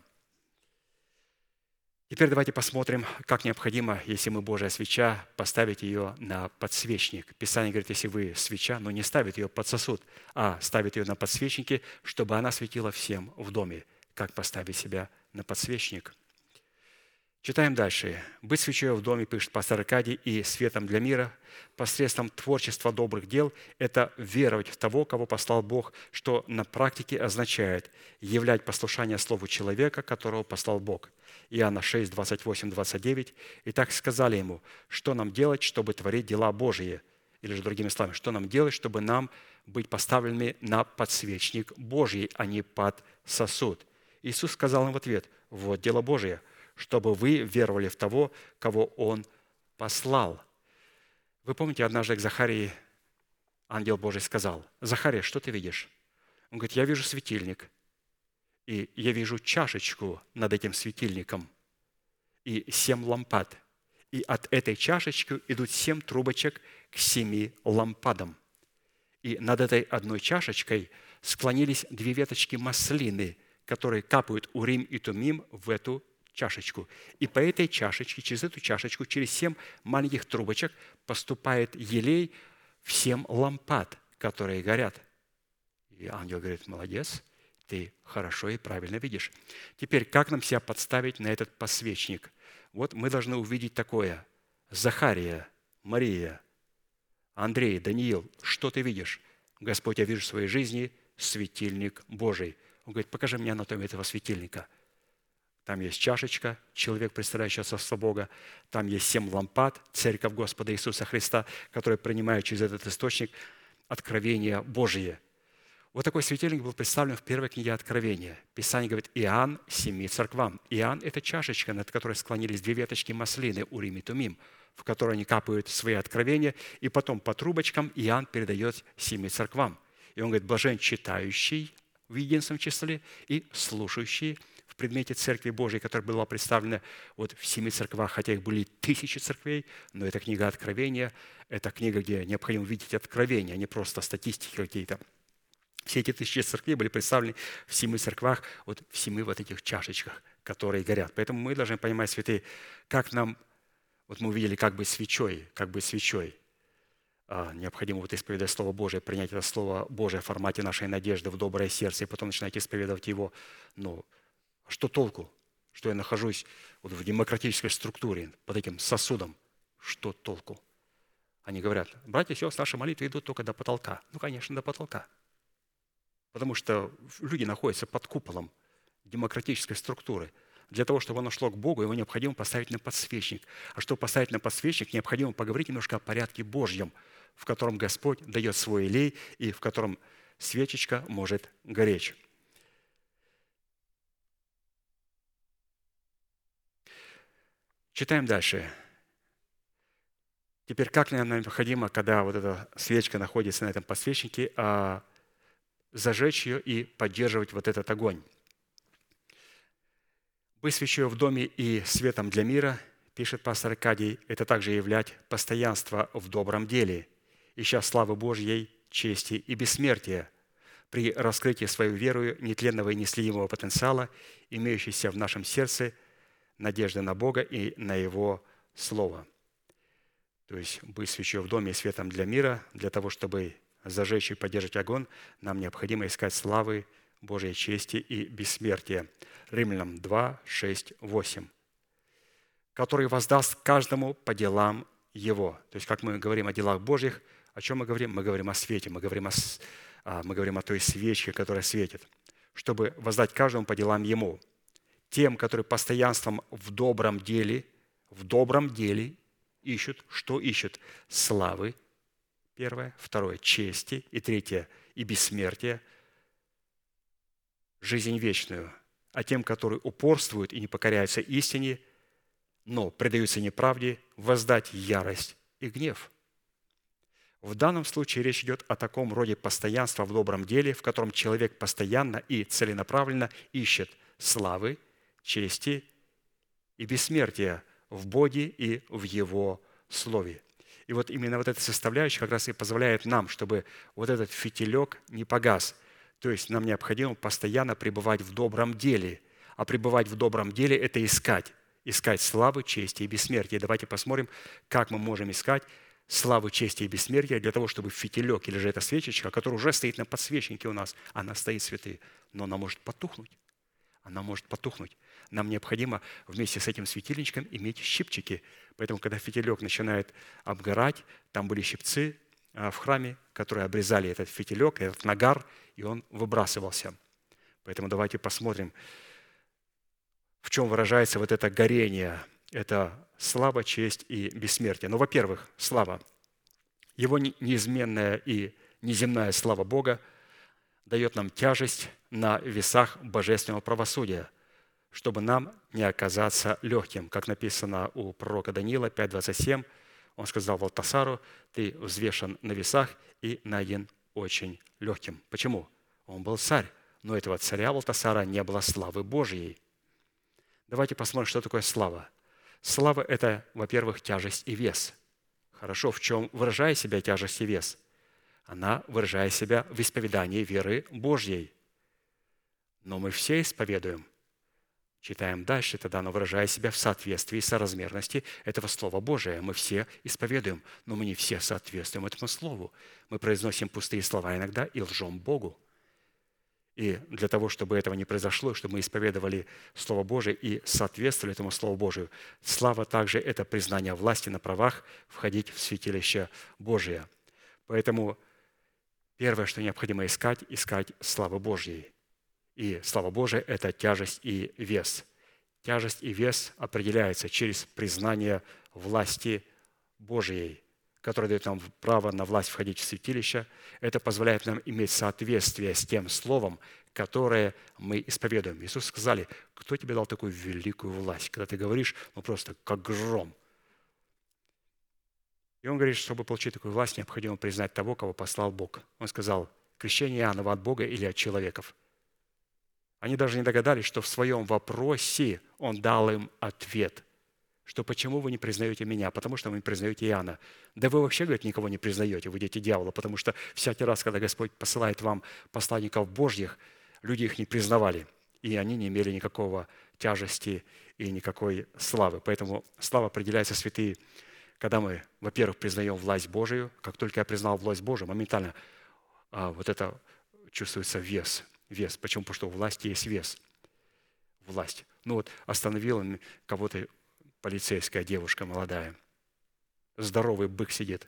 Теперь давайте посмотрим, как необходимо, если мы Божья свеча, поставить ее на подсвечник. Писание говорит, если вы свеча, но не ставит ее под сосуд, а ставит ее на подсвечники, чтобы она светила всем в доме. Как поставить себя на подсвечник? Читаем дальше. «Быть свечой в доме, пишет пастор Аркадий, и светом для мира посредством творчества добрых дел – это веровать в того, кого послал Бог, что на практике означает являть послушание слову человека, которого послал Бог». Иоанна шесть, двадцать восемь, двадцать девять. «И так сказали ему, что нам делать, чтобы творить дела Божии?» Или же другими словами, что нам делать, чтобы нам быть поставленными на подсвечник Божий, а не под сосуд? Иисус сказал им в ответ, «Вот дело Божие, чтобы вы веровали в того, кого Он послал». Вы помните, однажды к Захарии ангел Божий сказал, «Захария, что ты видишь?» Он говорит, «Я вижу светильник, и я вижу чашечку над этим светильником, и семь лампад. И от этой чашечки идут семь трубочек к семи лампадам. И над этой одной чашечкой склонились две веточки маслины, которые капают урим и тумим в эту чашечку. И по этой чашечке, через эту чашечку, через семь маленьких трубочек поступает елей в семь лампад, которые горят». И ангел говорит, «Молодец, ты хорошо и правильно видишь». Теперь, как нам себя подставить на этот подсвечник? Вот мы должны увидеть такое. Захария, Мария, Андрей, Даниил, что ты видишь? Господь, я вижу в своей жизни светильник Божий. Он говорит, покажи мне анатомию этого светильника. Там есть чашечка, человек, представляющий отцовство Бога. Там есть семь лампад, церковь Господа Иисуса Христа, которая принимает через этот источник откровение Божие. Вот такой светильник был представлен в первой книге Откровения. Писание говорит, Иоанн семи церквам. Иоанн – это чашечка, над которой склонились две веточки маслины, урим и тумим, в которой они капают свои откровения, и потом по трубочкам Иоанн передает семи церквам. И он говорит, блажен читающий в единственном числе и слушающий в предмете Церкви Божией, которая была представлена вот в семи церквах, хотя их были тысячи церквей, но это книга Откровения, это книга, где необходимо видеть откровения, а не просто статистики какие-то. Все эти тысячи церквей были представлены в семи церквах, вот в семи вот этих чашечках, которые горят. Поэтому мы должны понимать, святые, как нам, вот мы увидели, как быть свечой, как быть свечой. А, необходимо вот исповедать Слово Божие, принять это Слово Божие в формате нашей надежды в доброе сердце, и потом начинать исповедовать его. Ну, что толку? Что я нахожусь вот в демократической структуре под этим сосудом? Что толку? Они говорят, братья и сестры, наши молитвы идут только до потолка. Ну, конечно, до потолка. Потому что люди находятся под куполом демократической структуры. Для того, чтобы оно шло к Богу, его необходимо поставить на подсвечник. А чтобы поставить на подсвечник, необходимо поговорить немножко о порядке Божьем, в котором Господь дает свой елей и в котором свечечка может гореть. Читаем дальше. Теперь, как нам необходимо, когда вот эта свечка находится на этом подсвечнике, зажечь ее и поддерживать вот этот огонь. «Быть свечой в доме и светом для мира, пишет пастор Аркадий, это также являть постоянство в добром деле, ища славы Божьей, чести и бессмертия, при раскрытии своей верою нетленного и неслиимого потенциала, имеющейся в нашем сердце надежды на Бога и на Его Слово». То есть быть свечой в доме и светом для мира, для того, чтобы зажечь и поддерживать огонь, нам необходимо искать славы Божьей чести и бессмертия. Римлянам два, шесть, восемь. «Который воздаст каждому по делам его». То есть, как мы говорим о делах Божьих, о чем мы говорим? Мы говорим о свете, мы говорим о, мы говорим о той свечке, которая светит. Чтобы воздать каждому по делам ему. Тем, которые постоянством в добром деле, в добром деле ищут, что ищут? Славы, Первое. Второе – чести. И третье – и бессмертие, жизнь вечную. А тем, которые упорствуют и не покоряются истине, но предаются неправде, воздать ярость и гнев. В данном случае речь идет о таком роде постоянства в добром деле, в котором человек постоянно и целенаправленно ищет славы, чести и бессмертия в Боге и в Его Слове. И вот именно вот эта составляющая как раз и позволяет нам, чтобы вот этот фитилек не погас. То есть нам необходимо постоянно пребывать в добром деле. А пребывать в добром деле – это искать. Искать славы, чести и бессмертия. Давайте посмотрим, как мы можем искать славу, чести и бессмертия для того, чтобы фитилек или же эта свечечка, которая уже стоит на подсвечнике у нас, она стоит, святые, но она может потухнуть. Она может потухнуть. Нам необходимо вместе с этим светильничком иметь щипчики. Поэтому, когда фитилек начинает обгорать, там были щипцы в храме, которые обрезали этот фитилек, этот нагар, и он выбрасывался. Поэтому давайте посмотрим, в чем выражается вот это горение. Это слава, честь и бессмертие. Ну, во-первых, слава. Его неизменная и неземная слава Бога дает нам тяжесть на весах божественного правосудия, чтобы нам не оказаться легким. Как написано у пророка Даниила пять двадцать семь, он сказал Валтасару: «Ты взвешен на весах и найден очень легким». Почему? Он был царь, но этого царя Валтасара не было славы Божьей. Давайте посмотрим, что такое слава. Слава – это, во-первых, тяжесть и вес. Хорошо, в чем выражает себя тяжесть и вес? Она выражает себя в исповедании веры Божьей. Но мы все исповедуем. Читаем дальше, тогда оно выражает себя в соответствии, соразмерности этого Слова Божия. Мы все исповедуем, но мы не все соответствуем этому Слову. Мы произносим пустые слова иногда и лжем Богу. И для того, чтобы этого не произошло, чтобы мы исповедовали Слово Божие и соответствовали этому Слову Божию, слава также – это признание власти на правах входить в святилище Божие. Поэтому первое, что необходимо искать – искать славы Божьей. И слава Божия – это тяжесть и вес. Тяжесть и вес определяются через признание власти Божьей, которая дает нам право на власть входить в святилище. Это позволяет нам иметь соответствие с тем словом, которое мы исповедуем. Иисус сказали: «Кто тебе дал такую великую власть?» Когда ты говоришь, ну просто как гром. И он говорит, чтобы получить такую власть, необходимо признать того, кого послал Бог. Он сказал: «Крещение Иоаннова от Бога или от человеков?» Они даже не догадались, что в своем вопросе он дал им ответ, что почему вы не признаете меня? Потому что вы не признаете Иоанна. Да вы вообще, говорит, никого не признаете, вы дети дьявола, потому что всякий раз, когда Господь посылает вам посланников Божьих, люди их не признавали, и они не имели никакого тяжести и никакой славы. Поэтому слава определяется, святые, когда мы, во-первых, признаем власть Божию. Как только я признал власть Божию, моментально а, вот это чувствуется вес. Вес. Почему? Потому что у власти есть вес. Власть. Ну вот остановила кого-то полицейская девушка молодая. Здоровый бык сидит.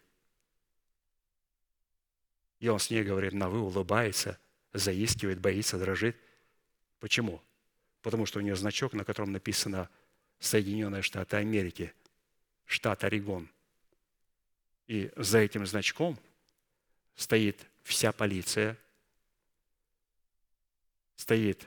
И он с ней говорит: на вы, улыбается, заискивает, боится, дрожит. Почему? Потому что у нее значок, на котором написано Соединенные Штаты Америки, штат Орегон. И за этим значком стоит вся полиция, стоит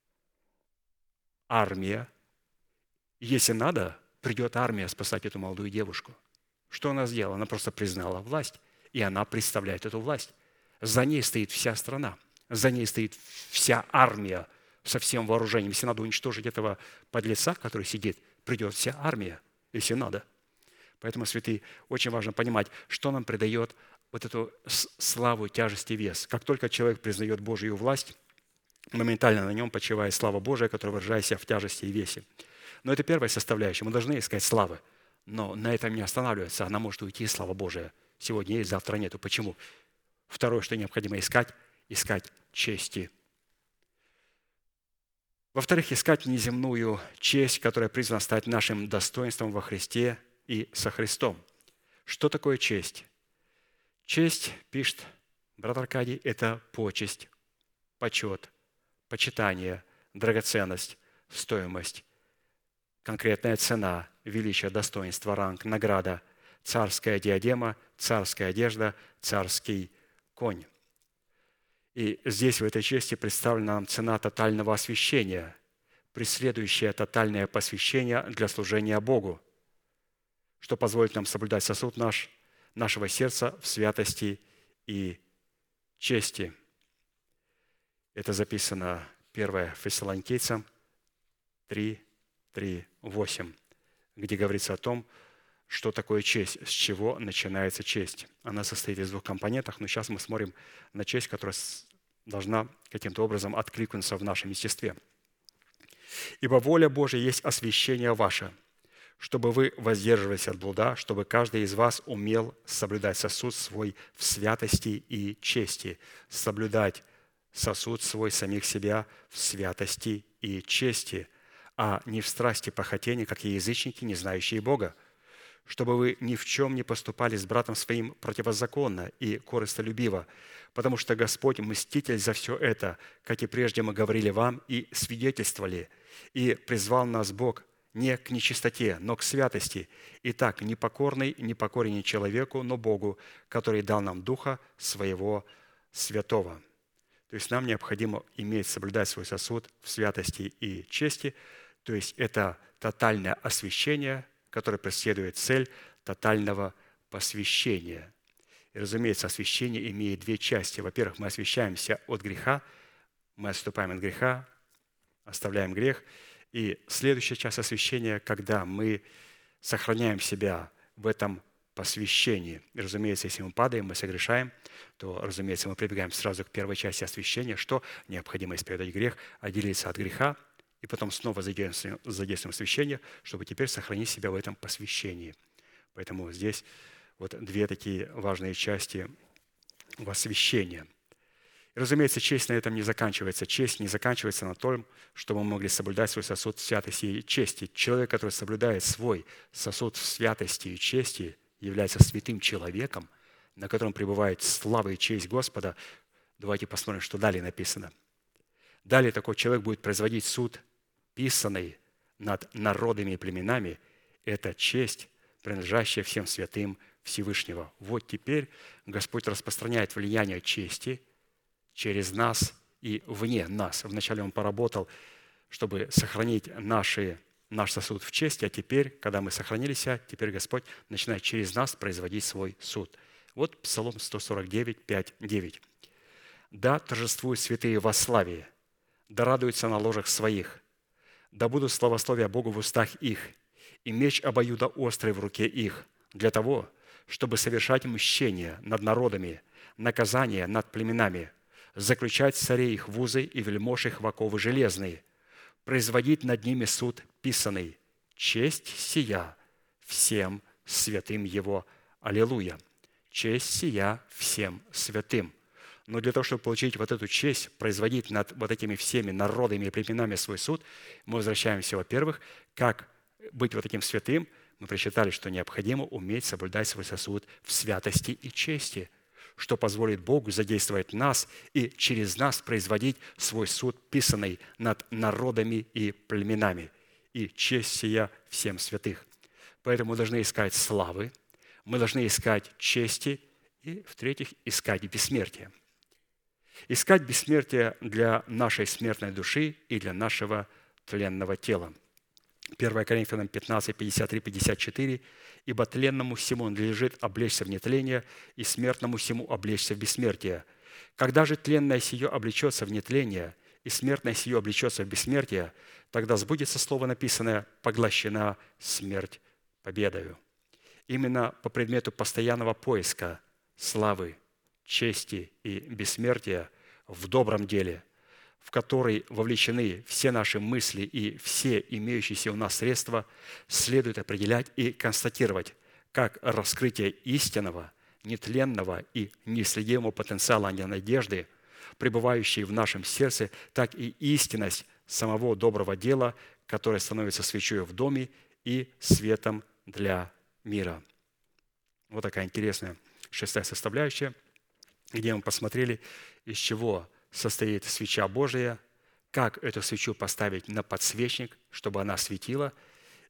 армия. Если надо, придет армия спасать эту молодую девушку. Что она сделала? Она просто признала власть, и она представляет эту власть. За ней стоит вся страна, за ней стоит вся армия со всем вооружением. Если надо уничтожить этого подлеца, который сидит, придет вся армия, если надо. Поэтому, святые, очень важно понимать, что нам придает вот эту славу, тяжесть и вес. Как только человек признает Божью власть, моментально на нем почивает слава Божия, которая выражает себя в тяжести и весе. Но это первая составляющая. Мы должны искать славы. Но на этом не останавливается. Она может уйти, слава Божия. Сегодня есть, завтра нету. Почему? Второе, что необходимо искать, искать чести. Во-вторых, искать неземную честь, которая призвана стать нашим достоинством во Христе и со Христом. Что такое честь? Честь, пишет брат Аркадий, это почесть, почет, почитание, драгоценность, стоимость, конкретная цена, величие, достоинство, ранг, награда, царская диадема, царская одежда, царский конь. И здесь, в этой части, представлена нам цена тотального освящения, преследующая тотальное посвящение для служения Богу, что позволит нам соблюдать сосуд наш, нашего сердца в святости и чести. Это записано первое Фессалоникийцам три, три, восемь, где говорится о том, что такое честь, с чего начинается честь. Она состоит из двух компонентов, но сейчас мы смотрим на честь, которая должна каким-то образом откликнуться в нашем естестве. «Ибо воля Божия есть освящение ваше, чтобы вы воздерживались от блуда, чтобы каждый из вас умел соблюдать сосуд свой в святости и чести, соблюдать сосуд свой самих себя в святости и чести, а не в страсти похотения, как и язычники, не знающие Бога, чтобы вы ни в чем не поступали с братом своим противозаконно и корыстолюбиво, потому что Господь мститель за все это, как и прежде мы говорили вам и свидетельствовали, и призвал нас Бог не к нечистоте, но к святости. Итак, непокорный, непокорен человеку, но Богу, который дал нам Духа Своего Святого». То есть нам необходимо иметь, соблюдать свой сосуд в святости и чести, то есть это тотальное освящение, которое преследует цель тотального посвящения. И, разумеется, освящение имеет две части. Во-первых, мы освящаемся от греха, мы отступаем от греха, оставляем грех. И следующая часть освящения, когда мы сохраняем себя в этом посвящении. И, разумеется, если мы падаем, мы согрешаем, то, разумеется, мы прибегаем сразу к первой части освящения, что необходимо исповедать грех, отделиться от греха, и потом снова задействуем, задействуем освящение, чтобы теперь сохранить себя в этом посвящении. Поэтому здесь вот две такие важные части в освящении. И, разумеется, честь на этом не заканчивается. Честь не заканчивается на том, чтобы мы могли соблюдать свой сосуд в святости и чести. Человек, который соблюдает свой сосуд в святости и чести, является святым человеком, на котором пребывает слава и честь Господа. Давайте посмотрим, что далее написано. Далее такой человек будет производить суд, писанный над народами и племенами. Это честь, принадлежащая всем святым Всевышнего. Вот теперь Господь распространяет влияние чести через нас и вне нас. Вначале Он поработал, чтобы сохранить наши наш сосуд в чести, а теперь, когда мы сохранились, теперь Господь начинает через нас производить свой суд. Вот Псалом сто сорок девять, пять, девять. «Да торжествуют святые во славе, да радуются на ложах своих, да будут славословия Богу в устах их, и меч обоюдоострый в руке их, для того, чтобы совершать мщение над народами, наказание над племенами, заключать царей их в узы и вельмож их в оковы железные, производить над ними суд писанный. Честь сия всем святым Его. Аллилуйя! Честь сия всем святым». Но для того, чтобы получить вот эту честь, производить над вот этими всеми народами и племенами свой суд, мы возвращаемся, во-первых, как быть вот таким святым. Мы прочитали, что необходимо уметь соблюдать свой сосуд в святости и чести, что позволит Богу задействовать нас и через нас производить свой суд, писанный над народами и племенами. И честь сия всем святых. Поэтому мы должны искать славы, мы должны искать чести и, в-третьих, искать бессмертие. Искать бессмертие для нашей смертной души и для нашего тленного тела. первое Коринфянам пятнадцать, пятьдесят три, пятьдесят четыре. «Ибо тленному всему надлежит облечься в нетление, и смертному всему облечься в бессмертие. Когда же тленное сие облечется в нетление, и смертное сие облечется в бессмертие, тогда сбудется слово написанное: поглощена смерть победою». Именно по предмету постоянного поиска славы, чести и бессмертия в добром деле, в который вовлечены все наши мысли и все имеющиеся у нас средства, следует определять и констатировать как раскрытие истинного, нетленного и неследимого потенциала надежды, пребывающей в нашем сердце, так и истинность самого доброго дела, которое становится свечой в доме и светом для мира. Вот такая интересная шестая составляющая, где мы посмотрели, из чего состоит свеча Божия, как эту свечу поставить на подсвечник, чтобы она светила,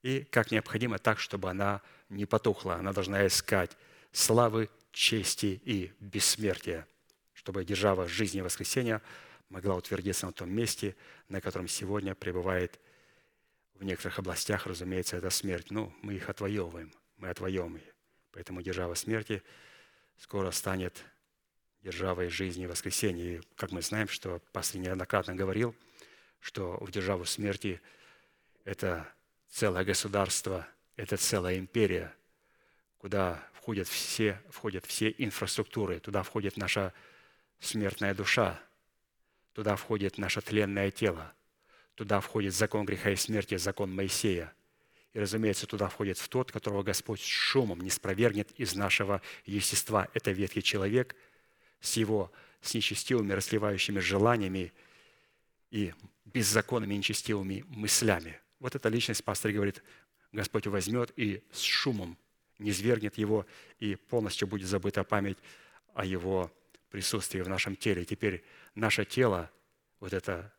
и как необходимо так, чтобы она не потухла. Она должна искать славы, чести и бессмертия, чтобы держава жизни и воскресения могла утвердиться на том месте, на котором сегодня пребывает в некоторых областях, разумеется, это смерть. Ну, мы их отвоевываем, мы отвоевываем их. Поэтому держава смерти скоро станет державой жизни и воскресения. И как мы знаем, что пастор неоднократно говорил, что в державу смерти это целое государство, это целая империя, куда входят все, входят все инфраструктуры, туда входит наша смертная душа, туда входит наше тленное тело, туда входит закон греха и смерти, закон Моисея. И, разумеется, туда входит в тот, которого Господь с шумом не спровергнет из нашего естества. Это ветхий человек с его с нечестивыми, расливающими желаниями и беззаконными, нечестивыми мыслями. Вот эта личность, пастор говорит, Господь возьмет и с шумом низвергнет его, и полностью будет забыта память о его присутствии в нашем теле. Теперь наше тело, вот это,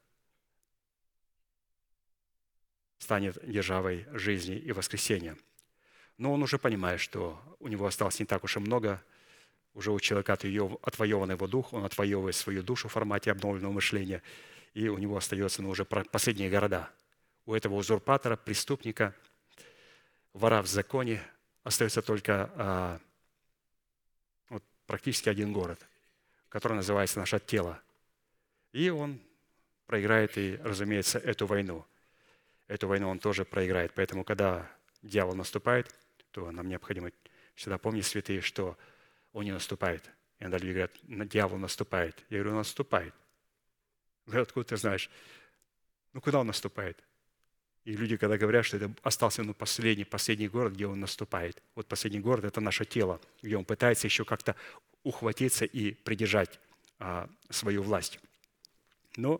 станет державой жизни и воскресения. Но он уже понимает, что у него осталось не так уж и много. Уже у человека отвоеван его дух, он отвоевывает свою душу в формате обновленного мышления, и у него остается ну, уже последние города. У этого узурпатора, преступника, вора в законе остается только а, вот, практически один город, который называется наше тело. И он проиграет, и, разумеется, эту войну. Эту войну он тоже проиграет. Поэтому, когда дьявол наступает, то нам необходимо всегда помнить, святые, что он не наступает. И иногда люди говорят, дьявол наступает. Я говорю, он наступает. Говорят, откуда ты знаешь? Ну, куда он наступает? И люди, когда говорят, что это остался ну, последний, последний город, где он наступает. Вот последний город – это наше тело, где он пытается еще как-то ухватиться и придержать а, свою власть. Но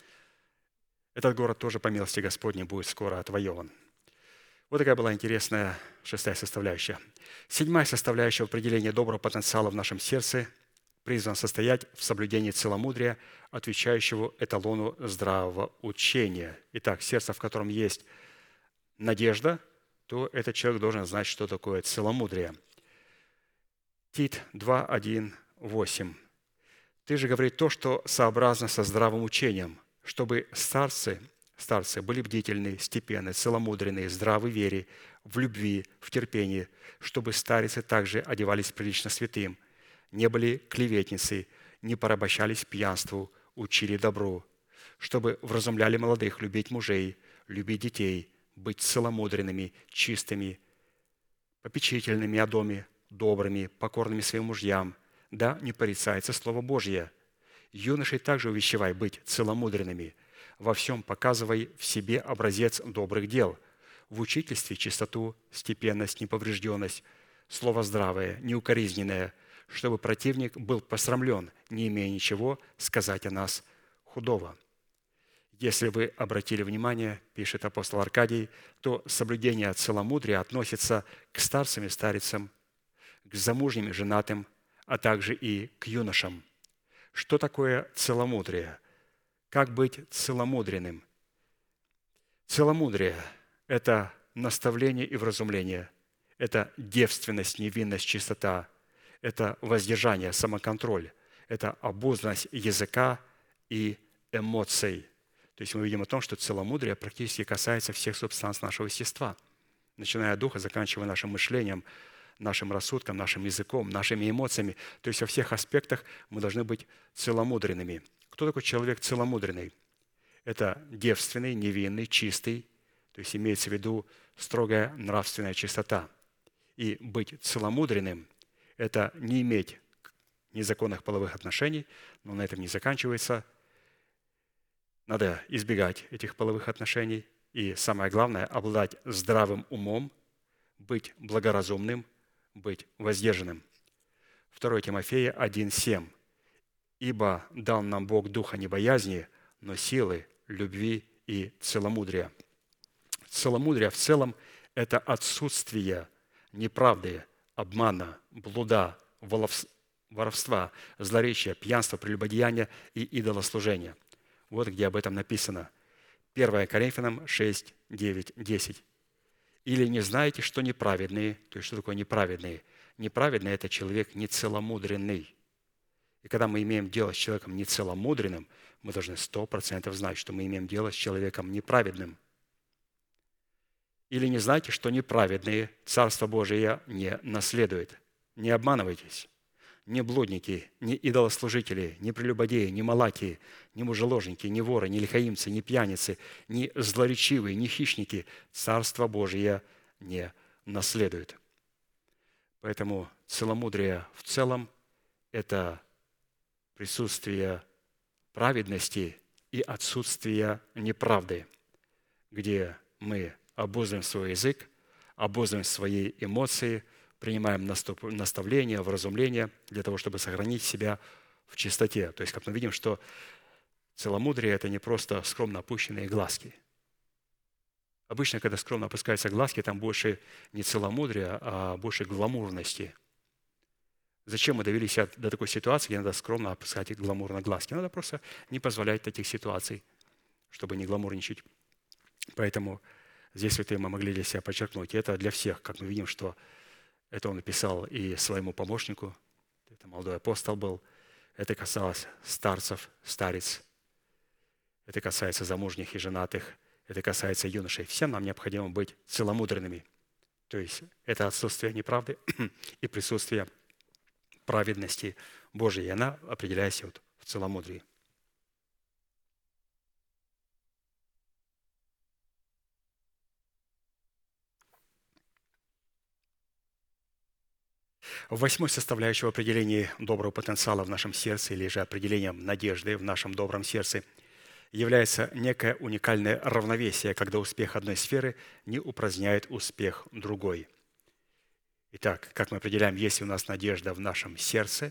этот город тоже, по милости Господней, будет скоро отвоеван. Вот такая была интересная шестая составляющая. Седьмая составляющая определения доброго потенциала в нашем сердце призвана состоять в соблюдении целомудрия, отвечающего эталону здравого учения. Итак, сердце, в котором есть надежда, то этот человек должен знать, что такое целомудрие. Тит два, один, восемь. «Ты же говори то, что сообразно со здравым учением, чтобы старцы, старцы были бдительны, степенны, целомудренные, здравы в вере, в любви, в терпении, чтобы старицы также одевались прилично святым, не были клеветницы, не порабощались пьянству, учили добру, чтобы вразумляли молодых любить мужей, любить детей, быть целомудренными, чистыми, попечительными о доме, добрыми, покорными своим мужьям, да не порицается Слово Божье. Юношей также увещевай быть целомудренными, во всем показывай в себе образец добрых дел, в учительстве чистоту, степенность, неповрежденность, слово здравое, неукоризненное, чтобы противник был посрамлен, не имея ничего сказать о нас худого. Если вы обратили внимание, пишет апостол Аркадий, то соблюдение целомудрия относится к старцам и старицам, к замужним и женатым, а также и к юношам. Что такое целомудрие? Как быть целомудренным? Целомудрие – это наставление и вразумление, это девственность, невинность, чистота, это воздержание, самоконтроль, это обузданность языка и эмоций. То есть мы видим о том, что целомудрие практически касается всех субстанций нашего естества, начиная от духа, заканчивая нашим мышлением, нашим рассудком, нашим языком, нашими эмоциями. То есть во всех аспектах мы должны быть целомудренными. Кто такой человек целомудренный? Это девственный, невинный, чистый, то есть имеется в виду строгая нравственная чистота. И быть целомудренным – это не иметь незаконных половых отношений, но на этом не заканчивается. Надо избегать этих половых отношений. И самое главное – обладать здравым умом, быть благоразумным, быть воздержанным. второе Тимофея один, семь. «Ибо дал нам Бог духа не боязни, но силы, любви и целомудрия». Целомудрие в целом – это отсутствие неправды, обмана, блуда, воровства, злоречия, пьянства, прелюбодеяния и идолослужения. Вот где об этом написано. первое Коринфянам шесть, девять, десять. Или не знаете, что неправедные, то есть что такое неправедные? Неправедный – это человек нецеломудренный. И когда мы имеем дело с человеком нецеломудренным, мы должны сто процентов знать, что мы имеем дело с человеком неправедным. Или не знаете, что неправедные Царство Божие не наследуют. Не обманывайтесь. Ни блудники, ни идолослужители, ни прелюбодеи, ни малакии, ни мужеложники, ни воры, ни лихаимцы, ни пьяницы, ни злоречивые, ни хищники Царство Божие не наследуют. Поэтому целомудрие в целом – это присутствие праведности и отсутствие неправды, где мы обуздываем свой язык, обуздываем свои эмоции, принимаем наставления, вразумления для того, чтобы сохранить себя в чистоте. То есть, как мы видим, что целомудрие – это не просто скромно опущенные глазки. Обычно, когда скромно опускаются глазки, там больше не целомудрия, а больше гламурности. Зачем мы довели себя до такой ситуации, где надо скромно опускать гламурно глазки? Надо просто не позволять таких ситуаций, чтобы не гламурничать. Поэтому здесь вот мы могли для себя подчеркнуть. И это для всех, как мы видим, что это он написал и своему помощнику, это молодой апостол был, это касалось старцев, старец, это касается замужних и женатых, это касается юношей. Всем нам необходимо быть целомудренными. То есть это отсутствие неправды и присутствие праведности Божией. И она определяется вот в целомудрии. Восьмой составляющей определения доброго потенциала в нашем сердце или же определением надежды в нашем добром сердце является некое уникальное равновесие, когда успех одной сферы не упраздняет успех другой. Итак, как мы определяем, если у нас надежда в нашем сердце,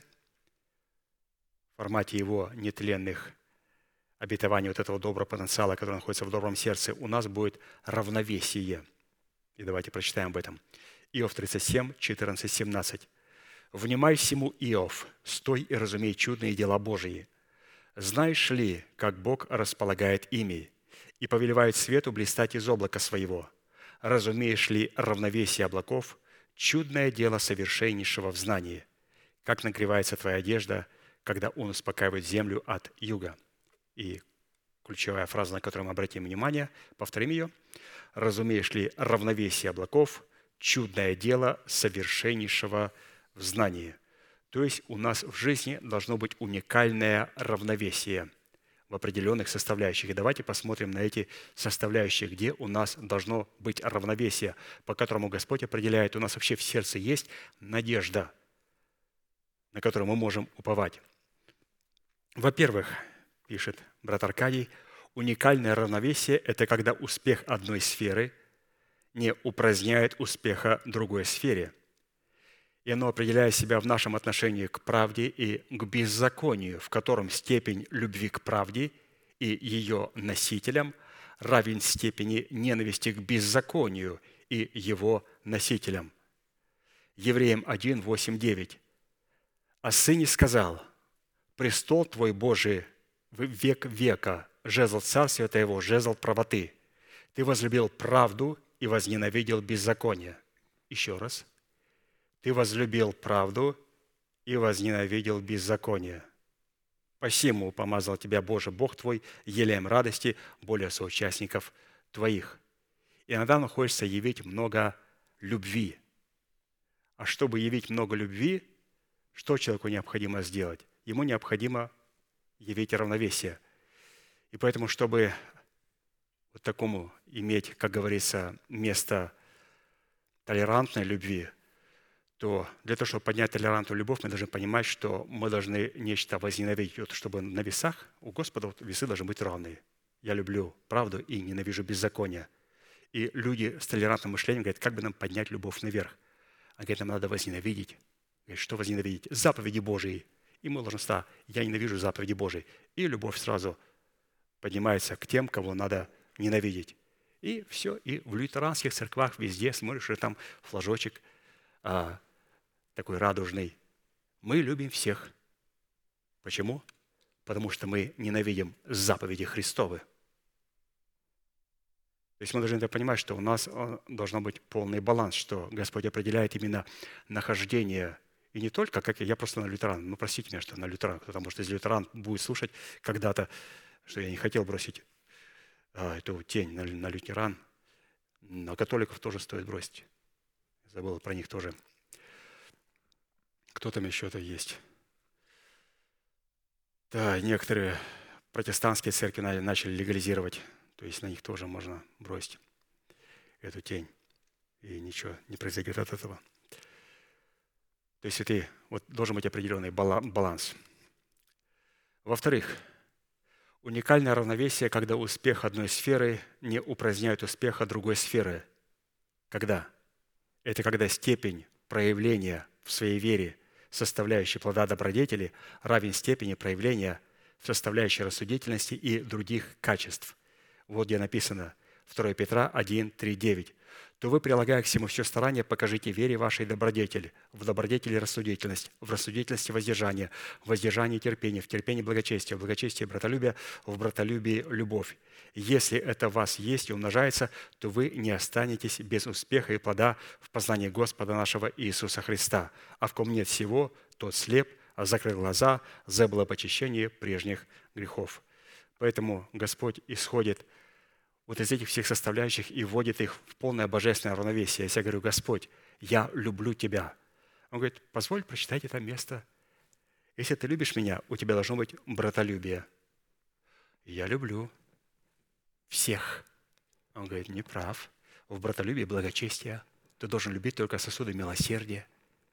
в формате его нетленных обетований вот этого доброго потенциала, который находится в добром сердце, у нас будет равновесие. И давайте прочитаем об этом. Иов тридцать семь, четырнадцать, семнадцать. «Внимай всему, Иов, стой и разумей чудные дела Божии. Знаешь ли, как Бог располагает ими и повелевает свету блистать из облака своего? Разумеешь ли равновесие облаков, чудное дело совершеннейшего в знании? Как нагревается твоя одежда, когда Он успокаивает землю от юга?» И ключевая фраза, на которую мы обратим внимание, повторим ее. «Разумеешь ли равновесие облаков, чудное дело совершеннейшего в знании». То есть у нас в жизни должно быть уникальное равновесие в определенных составляющих. И давайте посмотрим на эти составляющие, где у нас должно быть равновесие, по которому Господь определяет, у нас вообще в сердце есть надежда, на которую мы можем уповать. Во-первых, пишет брат Аркадий, уникальное равновесие – это когда успех одной сферы не упраздняет успеха другой сфере. И оно определяет себя в нашем отношении к правде и к беззаконию, в котором степень любви к правде и ее носителям равен степени ненависти к беззаконию и его носителям. Евреям один, восемь, девять. «О Сыне сказал: престол Твой, Божий, в век века, жезл царствия Твоего, жезл правоты. Ты возлюбил правду и возненавидел беззаконие». Еще раз. «Ты возлюбил правду и возненавидел беззаконие. Посему помазал тебя, Боже, Бог твой, елеем радости более соучастников твоих». И иногда нам хочется явить много любви. А чтобы явить много любви, что человеку необходимо сделать? Ему необходимо явить равновесие. И поэтому, чтобы вот такому иметь, как говорится, место толерантной любви, то для того, чтобы поднять толерантную любовь, мы должны понимать, что мы должны нечто возненавидеть. Вот чтобы на весах у Господа вот весы должны быть равные. Я люблю правду и ненавижу беззаконие. И люди с толерантным мышлением говорят, как бы нам поднять любовь наверх? А говорят, нам надо возненавидеть. Говорят, что возненавидеть? Заповеди Божии. И мы должны сказать, я ненавижу заповеди Божии. И любовь сразу поднимается к тем, кого надо ненавидеть. И все. И в лютеранских церквах везде смотришь, что там флажочек а, такой радужный. Мы любим всех. Почему? Потому что мы ненавидим заповеди Христовы. То есть мы должны это понимать, что у нас э, должно быть полный баланс, что Господь определяет именно нахождение. И не только, как я, я просто на лютеран. Ну, простите меня, что на лютеран, потому что если лютеран будет слушать когда-то, что я не хотел бросить а, эту тень на, на лютеран, на католиков тоже стоит бросить. Забыл про них тоже. Кто там еще-то есть? Да, некоторые протестантские церкви начали легализировать, то есть на них тоже можно бросить эту тень, и ничего не произойдет от этого. То есть это вот должен быть определенный баланс. Во-вторых, уникальное равновесие, когда успех одной сферы не упраздняет успеха другой сферы. Когда? Это когда степень проявления в своей вере, составляющей плода добродетели, равен степени проявления в составляющей рассудительности и других качеств. Вот где написано второе Петра один, три, девять. «То вы, прилагая к всему все старание, покажите вере вашей добродетель, в добродетели рассудительность, в рассудительности воздержание, в воздержании терпение, в терпении благочестие, в благочестии братолюбие, в братолюбии любовь. Если это в вас есть и умножается, то вы не останетесь без успеха и плода в познании Господа нашего Иисуса Христа. А в ком нет всего, тот слеп, а закрыл глаза, забыл об очищении прежних грехов». Поэтому Господь исходит вот из этих всех составляющих и вводит их в полное божественное равновесие. Если я говорю: «Господь, я люблю Тебя», Он говорит: позволь прочитать это место. Если ты любишь Меня, у тебя должно быть братолюбие. Я люблю всех. Он говорит: не прав. В братолюбии благочестие. Ты должен любить только сосуды милосердия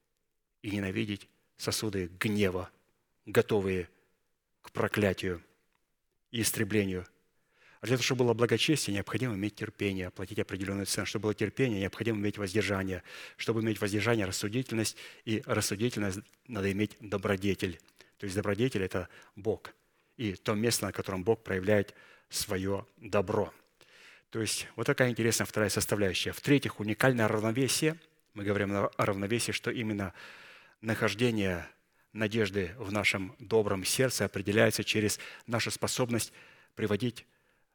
и ненавидеть сосуды гнева, готовые к проклятию и истреблению. А для того, чтобы было благочестие, необходимо иметь терпение, платить определенную цену. Чтобы было терпение, необходимо иметь воздержание. Чтобы иметь воздержание, рассудительность, и рассудительность надо иметь добродетель. То есть добродетель – это Бог. И то место, на котором Бог проявляет свое добро. То есть вот такая интересная вторая составляющая. В-третьих, уникальное равновесие. Мы говорим о равновесии, что именно нахождение надежды в нашем добром сердце определяется через нашу способность приводить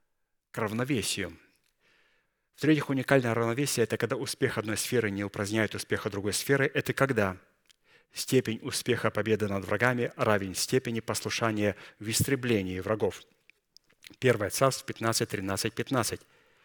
к равновесию. В-третьих, уникальное равновесие – это когда успех одной сферы не упраздняет успеха другой сферы. Это когда степень успеха победы над врагами равен степени послушания в истреблении врагов. первое Царств пятнадцать, тринадцать, пятнадцать.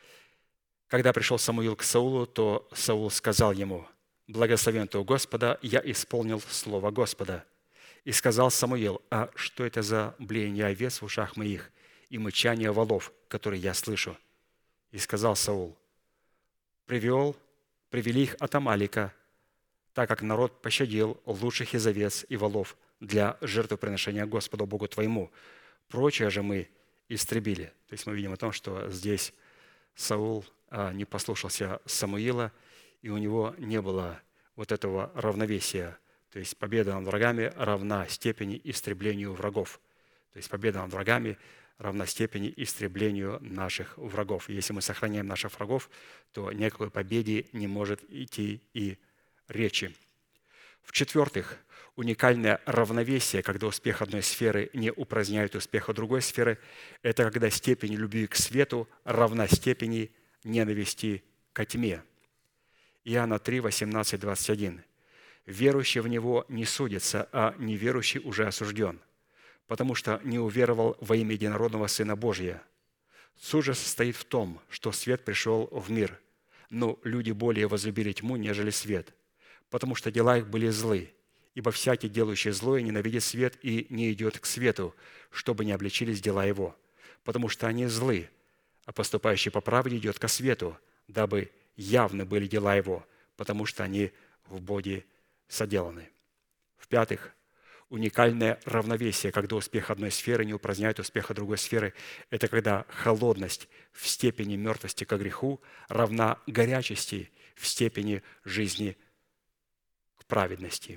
Когда пришел Самуил к Саулу, то Саул сказал ему: «Благословен ты у Господа, я исполнил слово Господа». И сказал Самуил: «А что это за блеяние овец в ушах моих и мычание волов, которые я слышу?» И сказал Саул: «Привел, привели их от Амалика, так как народ пощадил лучших из овец и волов для жертвоприношения Господу Богу твоему. Прочее же мы истребили». То есть мы видим о том, что здесь Саул не послушался Самуила, и у него не было вот этого равновесия. То есть победа над врагами равна степени истреблению врагов. То есть победа над врагами равна степени истреблению наших врагов. И если мы сохраняем наших врагов, то ни о какой победе не может идти и речи. В-четвертых, уникальное равновесие, когда успех одной сферы не упраздняет успеха другой сферы, это когда степень любви к свету равна степени ненависти ко тьме. Иоанна три, восемнадцать, двадцать один. «Верующий в Него не судится, а неверующий уже осужден, потому что не уверовал во имя единородного Сына Божия. Суд же состоит в том, что свет пришел в мир, но люди более возлюбили тьму, нежели свет, потому что дела их были злы. Ибо всякий, делающий злое, ненавидит свет и не идет к свету, чтобы не обличились дела его, потому что они злы, а поступающий по правде идет ко свету, дабы явны были дела его, потому что они в Боге соделаны». В-пятых, уникальное равновесие, когда успех одной сферы не упраздняет успеха другой сферы, это когда холодность в степени мертвости ко греху равна горячести в степени жизни к праведности.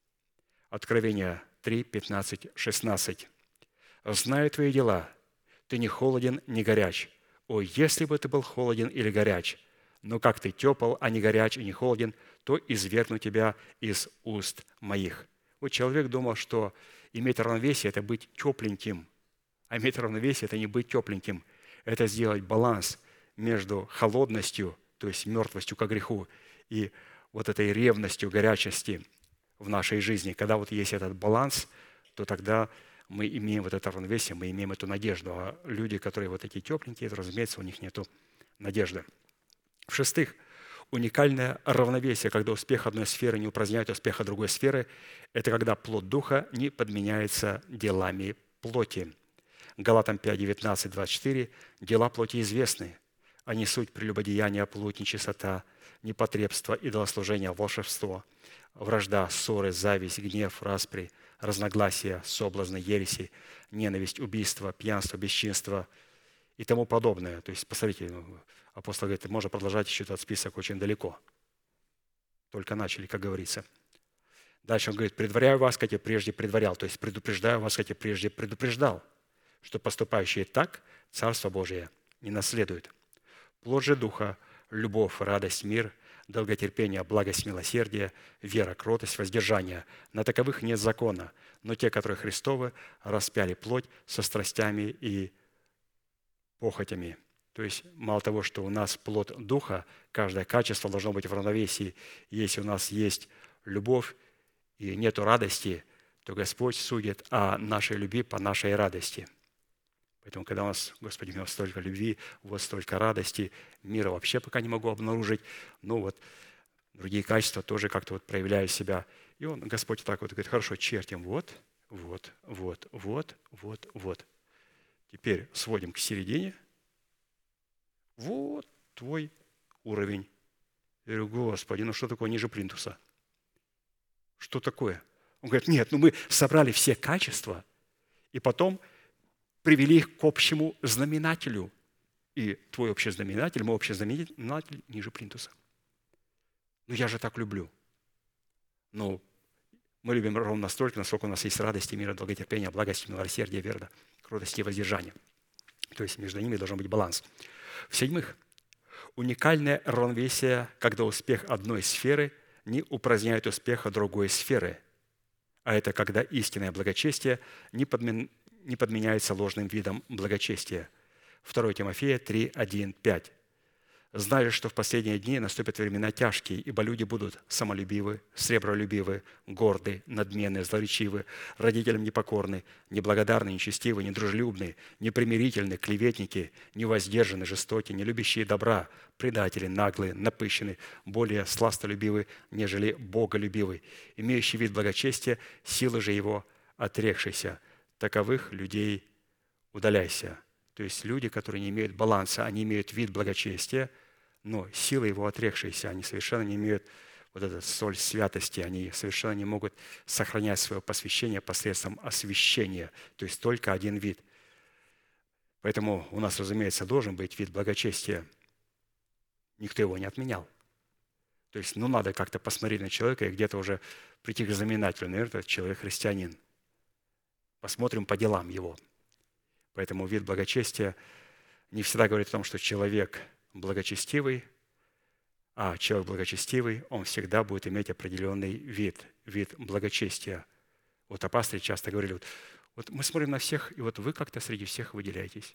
Откровение три, пятнадцать, шестнадцать. «Знаю твои дела, ты не холоден, не горяч. О, если бы ты был холоден или горяч! Но как ты тепл, а не горяч и не холоден, то извергну тебя из уст моих». Вот человек думал, что иметь равновесие – это быть тепленьким. А иметь равновесие – это не быть тепленьким. Это сделать баланс между холодностью, то есть мертвостью ко греху, и вот этой ревностью, горячести в нашей жизни. Когда вот есть этот баланс, то тогда мы имеем вот это равновесие, мы имеем эту надежду. А люди, которые вот такие тепленькие, разумеется, у них нет надежды. В-шестых, уникальное равновесие, когда успех одной сферы не упраздняет успеха другой сферы, это когда плод Духа не подменяется делами плоти. Галатам пять, девятнадцать, двадцать четыре. «Дела плоти известны. Они суть прелюбодеяния, плоть, нечистота, непотребство, идолослужение, волшебство, вражда, ссоры, зависть, гнев, распри, разногласия, соблазны, ереси, ненависть, убийство, пьянство, бесчинство и тому подобное». То есть, посмотрите, апостол говорит, можно продолжать еще этот список очень далеко. Только начали, как говорится. Дальше он говорит, предваряю вас, как я прежде предварял, то есть предупреждаю вас, как я прежде предупреждал, что поступающие так Царство Божие не наследуют. Плод же Духа – любовь, радость, мир, долготерпение, благость, милосердие, вера, кротость, воздержание. На таковых нет закона, но те, которые Христовы, распяли плоть со страстями и похотями. То есть мало того, что у нас плод Духа, каждое качество должно быть в равновесии. Если у нас есть любовь и нет радости, то Господь судит о нашей любви по нашей радости. Поэтому, когда у нас, Господи, у нас столько любви, вот столько радости, мира вообще пока не могу обнаружить, ну вот другие качества тоже как-то вот проявляют себя. И он, Господь так вот говорит, хорошо, чертим, вот, вот, вот, вот, вот, вот. Теперь сводим к середине. Вот твой уровень. Я говорю, Господи, ну что такое ниже плинтуса? Что такое? Он говорит, нет, ну мы собрали все качества, и потом привели их к общему знаменателю. И твой общий знаменатель, мой общий знаменатель ниже плинтуса. Ну я же так люблю. Ну, мы любим ровно настолько, насколько у нас есть радость, мира, долготерпение, благость, милосердие, вера, кротость и воздержание. То есть между ними должен быть баланс. В-седьмых, уникальное равновесие, когда успех одной сферы не упраздняет успеха другой сферы. А это когда истинное благочестие не, подмен... не подменяется ложным видом благочестия. второе Тимофея три, один, пять. «Знаю, что в последние дни наступят времена тяжкие, ибо люди будут самолюбивы, сребролюбивы, горды, надменны, злоречивы, родителям непокорны, неблагодарны, нечестивы, недружелюбны, непримирительны, клеветники, невоздержаны, жестоки, не любящие добра, предатели, наглые, напыщены, более сластолюбивы, нежели боголюбивы, имеющий вид благочестия, силы же его отрекшийся. Таковых людей удаляйся». То есть люди, которые не имеют баланса, они имеют вид благочестия, но силы его отрекшиеся, они совершенно не имеют вот этот соль святости, они совершенно не могут сохранять свое посвящение посредством освящения, то есть только один вид. Поэтому у нас, разумеется, должен быть вид благочестия. Никто его не отменял. То есть, ну, надо как-то посмотреть на человека и где-то уже прийти к знаменателю, наверное, этот человек христианин. Посмотрим по делам его. Поэтому вид благочестия не всегда говорит о том, что человек благочестивый, а человек благочестивый, он всегда будет иметь определенный вид, вид благочестия. Вот апостолы часто говорили, вот, вот мы смотрим на всех, и вот вы как-то среди всех выделяетесь.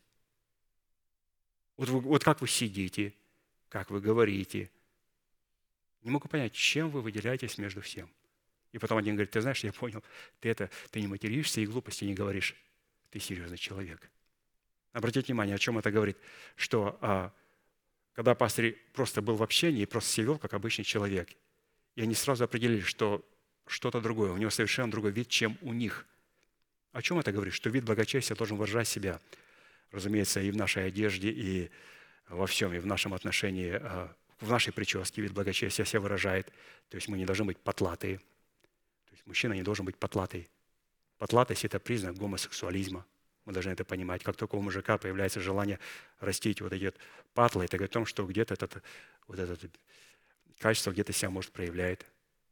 Вот, вы, вот как вы сидите, как вы говорите. Не могу понять, чем вы выделяетесь между всем. И потом один говорит, ты знаешь, я понял, ты, это, ты не материшься и глупости не говоришь. Ты серьезный человек. Обратите внимание, о чем это говорит, что а, когда пастырь просто был в общении и просто себя вел, как обычный человек, и они сразу определили, что что-то другое, у него совершенно другой вид, чем у них. О чем это говорит? Что вид благочестия должен выражать себя, разумеется, и в нашей одежде, и во всем, и в нашем отношении, а, в нашей прическе вид благочестия себя выражает. То есть мы не должны быть потлатые. То есть мужчина не должен быть потлатый. Потлатость – это признак гомосексуализма. Мы должны это понимать. Как только у мужика появляется желание растить вот эти вот патлы, это говорит о том, что где-то это, вот это качество где-то себя может проявляет.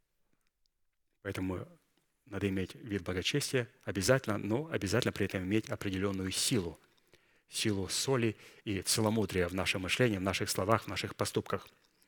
Поэтому надо иметь вид благочестия обязательно, но обязательно при этом иметь определенную силу. Силу соли и целомудрия в нашем мышлении, в наших словах, в наших поступках.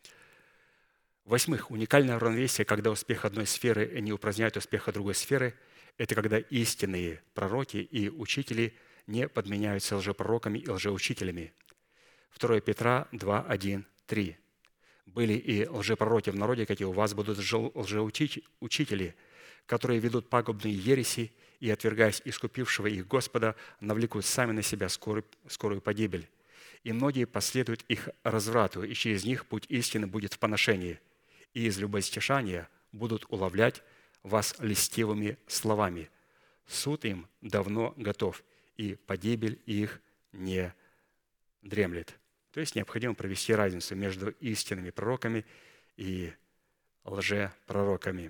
Восьмых, уникальное равновесие, когда успех одной сферы не упраздняет успеха другой сферы – это когда истинные пророки и учители не подменяются лжепророками и лжеучителями. второе Петра два, один, три. Были и лжепророки в народе, какие у вас будут лжеучители, которые ведут пагубные ереси и, отвергаясь искупившего их Господа, навлекут сами на себя скорую, скорую погибель. И многие последуют их разврату, и через них путь истины будет в поношении, и из любостяжания будут уловлять вас льстивыми словами. Суд им давно готов, и погибель их не дремлет». То есть необходимо провести разницу между истинными пророками и лжепророками.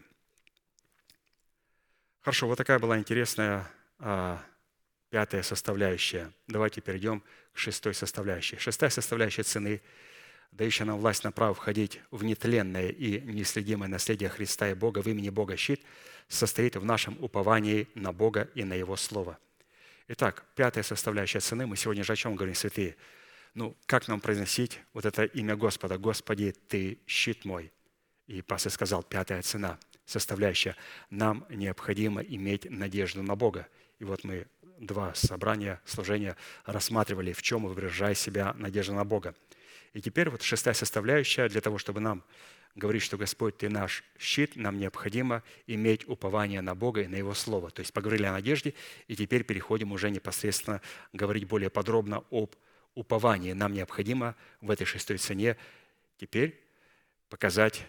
Хорошо, вот такая была интересная а, пятая составляющая. Давайте перейдем к шестой составляющей. Шестая составляющая цены, дающая нам власть на право входить в нетленное и неследимое наследие Христа и Бога в имени Бога щит, состоит в нашем уповании на Бога и на Его Слово. Итак, пятая составляющая цены. Мы сегодня же о чем говорим, святые? Ну, как нам произносить вот это имя Господа? «Господи, Ты щит мой». И пастор сказал, пятая цена, составляющая. Нам необходимо иметь надежду на Бога. И вот мы два собрания, служения рассматривали, в чем выражает себя надежда на Бога. И теперь вот шестая составляющая, для того, чтобы нам говорить, что «Господь, Ты наш щит», нам необходимо иметь упование на Бога и на Его Слово. То есть поговорили о надежде, и теперь переходим уже непосредственно говорить более подробно об уповании. Нам необходимо в этой шестой цене теперь показать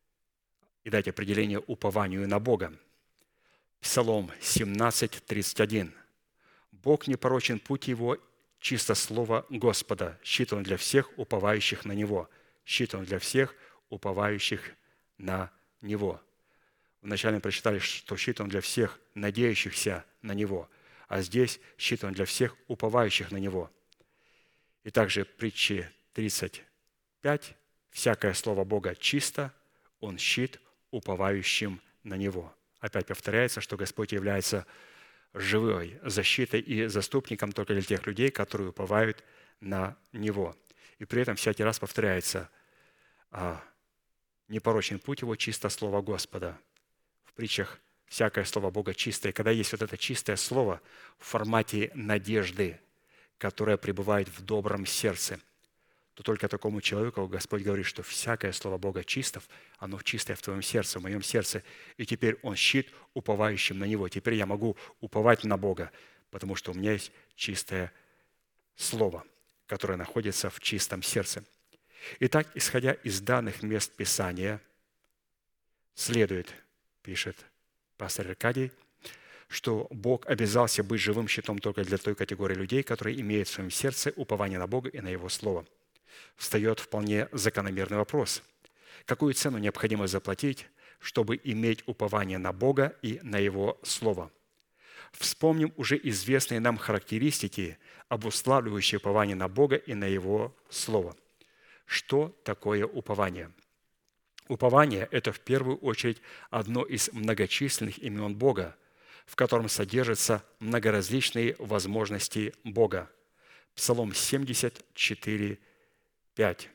и дать определение упованию на Бога. Псалом семнадцать, тридцать один. «Бог непорочен путь Его, чисто слово Господа. Щит Он для всех, уповающих на Него. Щит Он для всех, уповающих на Него». Вначале мы прочитали, что щит Он для всех, надеющихся на Него. А здесь щит Он для всех, уповающих на Него. И также притчи тридцать пять. «Всякое слово Бога чисто, Он щит уповающим на Него». Опять повторяется, что Господь является живой защитой и заступником только для тех людей, которые уповают на Него. И при этом всякий раз повторяется: «Непорочен путь Его, чисто слово Господа». В притчах «всякое слово Бога чистое». Когда есть вот это чистое слово в формате надежды, которое пребывает в добром сердце, то только такому человеку Господь говорит, что всякое слово Бога чисто, оно чистое в твоем сердце, в моем сердце. И теперь Он щит уповающим на Него. Теперь я могу уповать на Бога, потому что у меня есть чистое слово, которое находится в чистом сердце. Итак, исходя из данных мест Писания, следует, пишет пастор Аркадий, что Бог обязался быть живым щитом только для той категории людей, которые имеют в своем сердце упование на Бога и на Его Слово. Встает вполне закономерный вопрос: какую цену необходимо заплатить, чтобы иметь упование на Бога и на Его Слово? Вспомним уже известные нам характеристики, обуславливающие упование на Бога и на Его Слово. Что такое упование? Упование – это в первую очередь одно из многочисленных имен Бога, в котором содержатся многоразличные возможности Бога. Псалом семьдесят четыре, пять.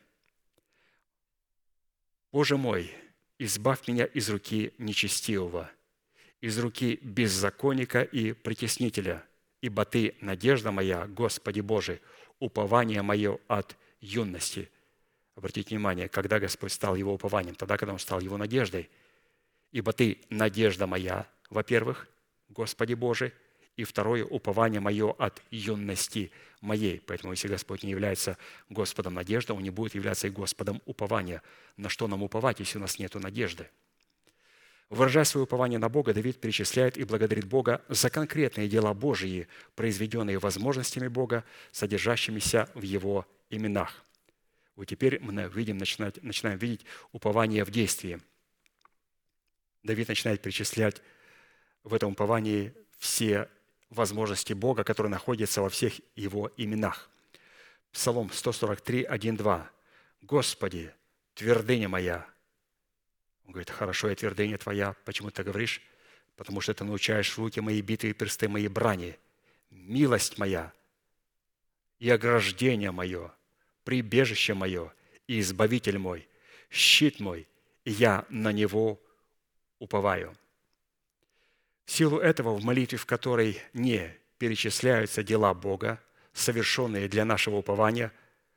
«Боже мой, избавь меня из руки нечестивого, из руки беззаконника и притеснителя, ибо Ты, надежда моя, Господи Боже, упование мое от юности». Обратите внимание, когда Господь стал его упованием, тогда, когда Он стал его надеждой. «Ибо Ты, надежда моя, во-первых, Господи Боже, и второе, упование мое от юности моей». Поэтому, если Господь не является Господом надежды, Он не будет являться и Господом упования. На что нам уповать, если у нас нет надежды? Выражая свое упование на Бога, Давид перечисляет и благодарит Бога за конкретные дела Божьи, произведенные возможностями Бога, содержащимися в Его именах. Вот теперь мы видим, начинаем, начинаем видеть упование в действии. Давид начинает перечислять в этом уповании все возможности Бога, которые находятся во всех Его именах. Псалом сто сорок три, один, два. «Господи, твердыня моя». Он говорит: «Хорошо, я твердыня Твоя». Почему ты говоришь? Потому что Ты научаешь руки мои, битвы и персты мои брани. «Милость моя и ограждение мое, прибежище мое и избавитель мой, щит мой, и я на Него уповаю». В силу этого в молитве, в которой не перечисляются дела Бога, совершенные для нашего упования,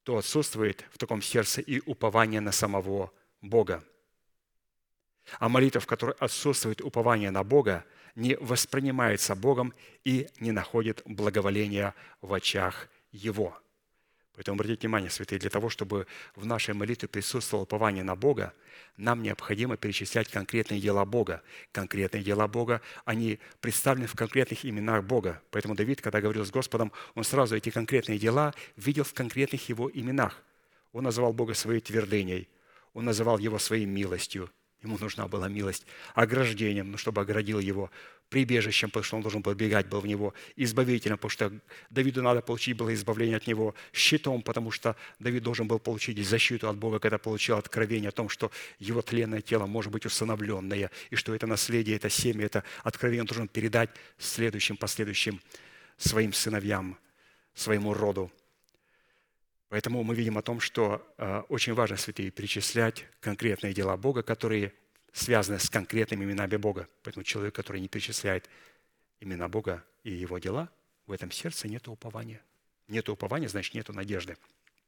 то отсутствует в таком сердце и упование на самого Бога. А молитва, в которой отсутствует упование на Бога, не воспринимается Богом и не находит благоволения в очах Его. Поэтому обратите внимание, святые, для того, чтобы в нашей молитве присутствовало упование на Бога, нам необходимо перечислять конкретные дела Бога. Конкретные дела Бога, они представлены в конкретных именах Бога. Поэтому Давид, когда говорил с Господом, он сразу эти конкретные дела видел в конкретных Его именах. Он называл Бога своей твердыней, он называл Его своей милостью. Ему нужна была милость, ограждением, ну, чтобы оградил его, прибежищем, потому что он должен был бегать был в него, избавителем, потому что Давиду надо получить было избавление от него, щитом, потому что Давид должен был получить защиту от Бога, когда получил откровение о том, что его тленное тело может быть усыновленное, и что это наследие, это семя, это откровение он должен передать следующим, последующим своим сыновьям, своему роду. Поэтому мы видим о том, что э, очень важно, святые, перечислять конкретные дела Бога, которые связаны с конкретными именами Бога. Поэтому человек, который не перечисляет имена Бога и Его дела, в этом сердце нет упования. Нет упования, значит, нет надежды.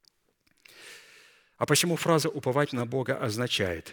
А почему фраза «уповать на Бога» означает?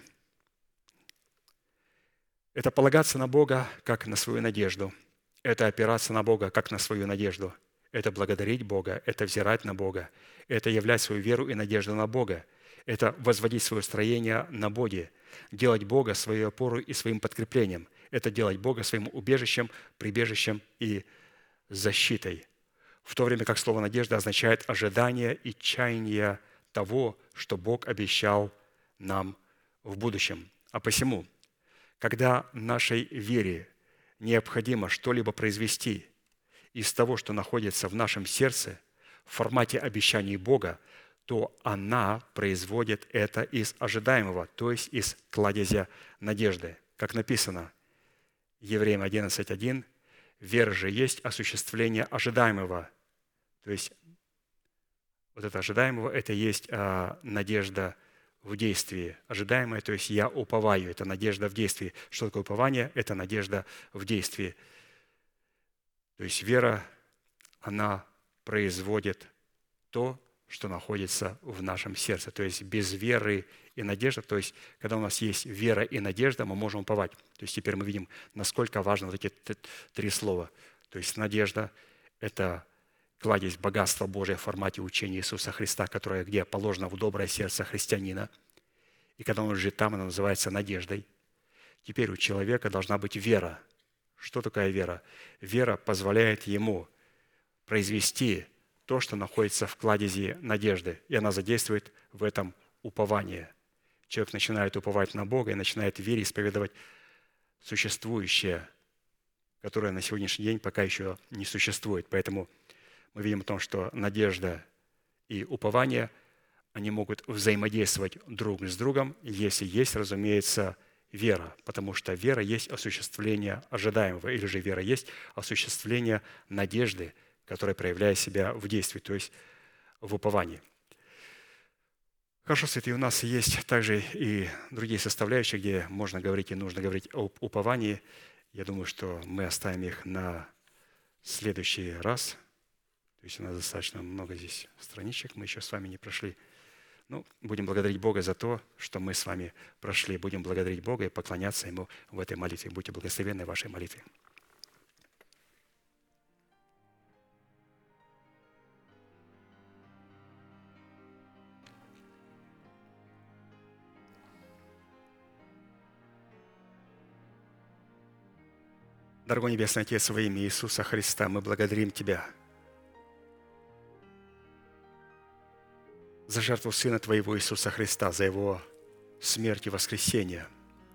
Это полагаться на Бога, как на свою надежду. Это опираться на Бога, как на свою надежду. Это благодарить Бога, это взирать на Бога, это являть свою веру и надежду на Бога, это возводить свое строение на Боге, делать Бога своей опорой и своим подкреплением, это делать Бога своим убежищем, прибежищем и защитой. В то время как слово «надежда» означает ожидание и чаяние того, что Бог обещал нам в будущем. А посему, когда нашей вере необходимо что-либо произвести из того, что находится в нашем сердце, в формате обещаний Бога, то она производит это из ожидаемого, то есть из кладезя надежды. Как написано, Евреям одиннадцать один, «Вера же есть осуществление ожидаемого». То есть вот это ожидаемого – это есть а, надежда в действии. Ожидаемое, то есть я уповаю, это надежда в действии. Что такое упование? Это надежда в действии. То есть вера, она производит то, что находится в нашем сердце. То есть без веры и надежды, то есть когда у нас есть вера и надежда, мы можем уповать. То есть теперь мы видим, насколько важны вот эти три слова. То есть надежда – это кладезь богатства Божия в формате учения Иисуса Христа, которое где положено в доброе сердце христианина. И когда он лежит там, она называется надеждой. Теперь у человека должна быть вера. Что такое вера? Вера позволяет ему произвести то, что находится в кладези надежды, и она задействует в этом упование. Человек начинает уповать на Бога и начинает в вере исповедовать существующее, которое на сегодняшний день пока еще не существует. Поэтому мы видим о том, что надежда и упование, они могут взаимодействовать друг с другом, если есть, разумеется, вера, потому что вера есть осуществление ожидаемого, или же вера есть осуществление надежды, которая проявляет себя в действии, то есть в уповании. Хорошо, святые, у нас есть также и другие составляющие, где можно говорить и нужно говорить об уповании. Я думаю, что мы оставим их на следующий раз. То есть у нас достаточно много здесь страничек, мы еще с вами не прошли. Ну, будем благодарить Бога за то, что мы с вами прошли. Будем благодарить Бога и поклоняться Ему в этой молитве. Будьте благословенны в вашей молитве. Дорогой Небесный Отец, во имя Иисуса Христа, мы благодарим Тебя за жертву Сына Твоего Иисуса Христа, за Его смерть и воскресение.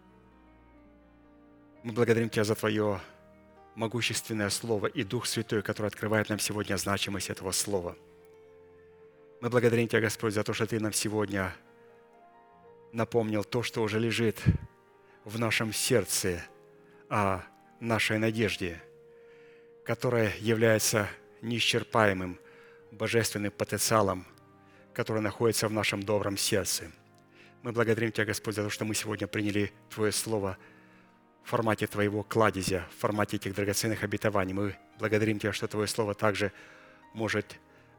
Мы благодарим Тебя за Твое могущественное Слово и Дух Святой, который открывает нам сегодня значимость этого Слова. Мы благодарим Тебя, Господь, за то, что Ты нам сегодня напомнил то, что уже лежит в нашем сердце, о нашей надежде, которая является неисчерпаемым божественным потенциалом, который находится в нашем добром сердце. Мы благодарим Тебя, Господь, за то, что мы сегодня приняли Твое Слово в формате Твоего кладезя, в формате этих драгоценных обетований. Мы благодарим Тебя, что Твое Слово также может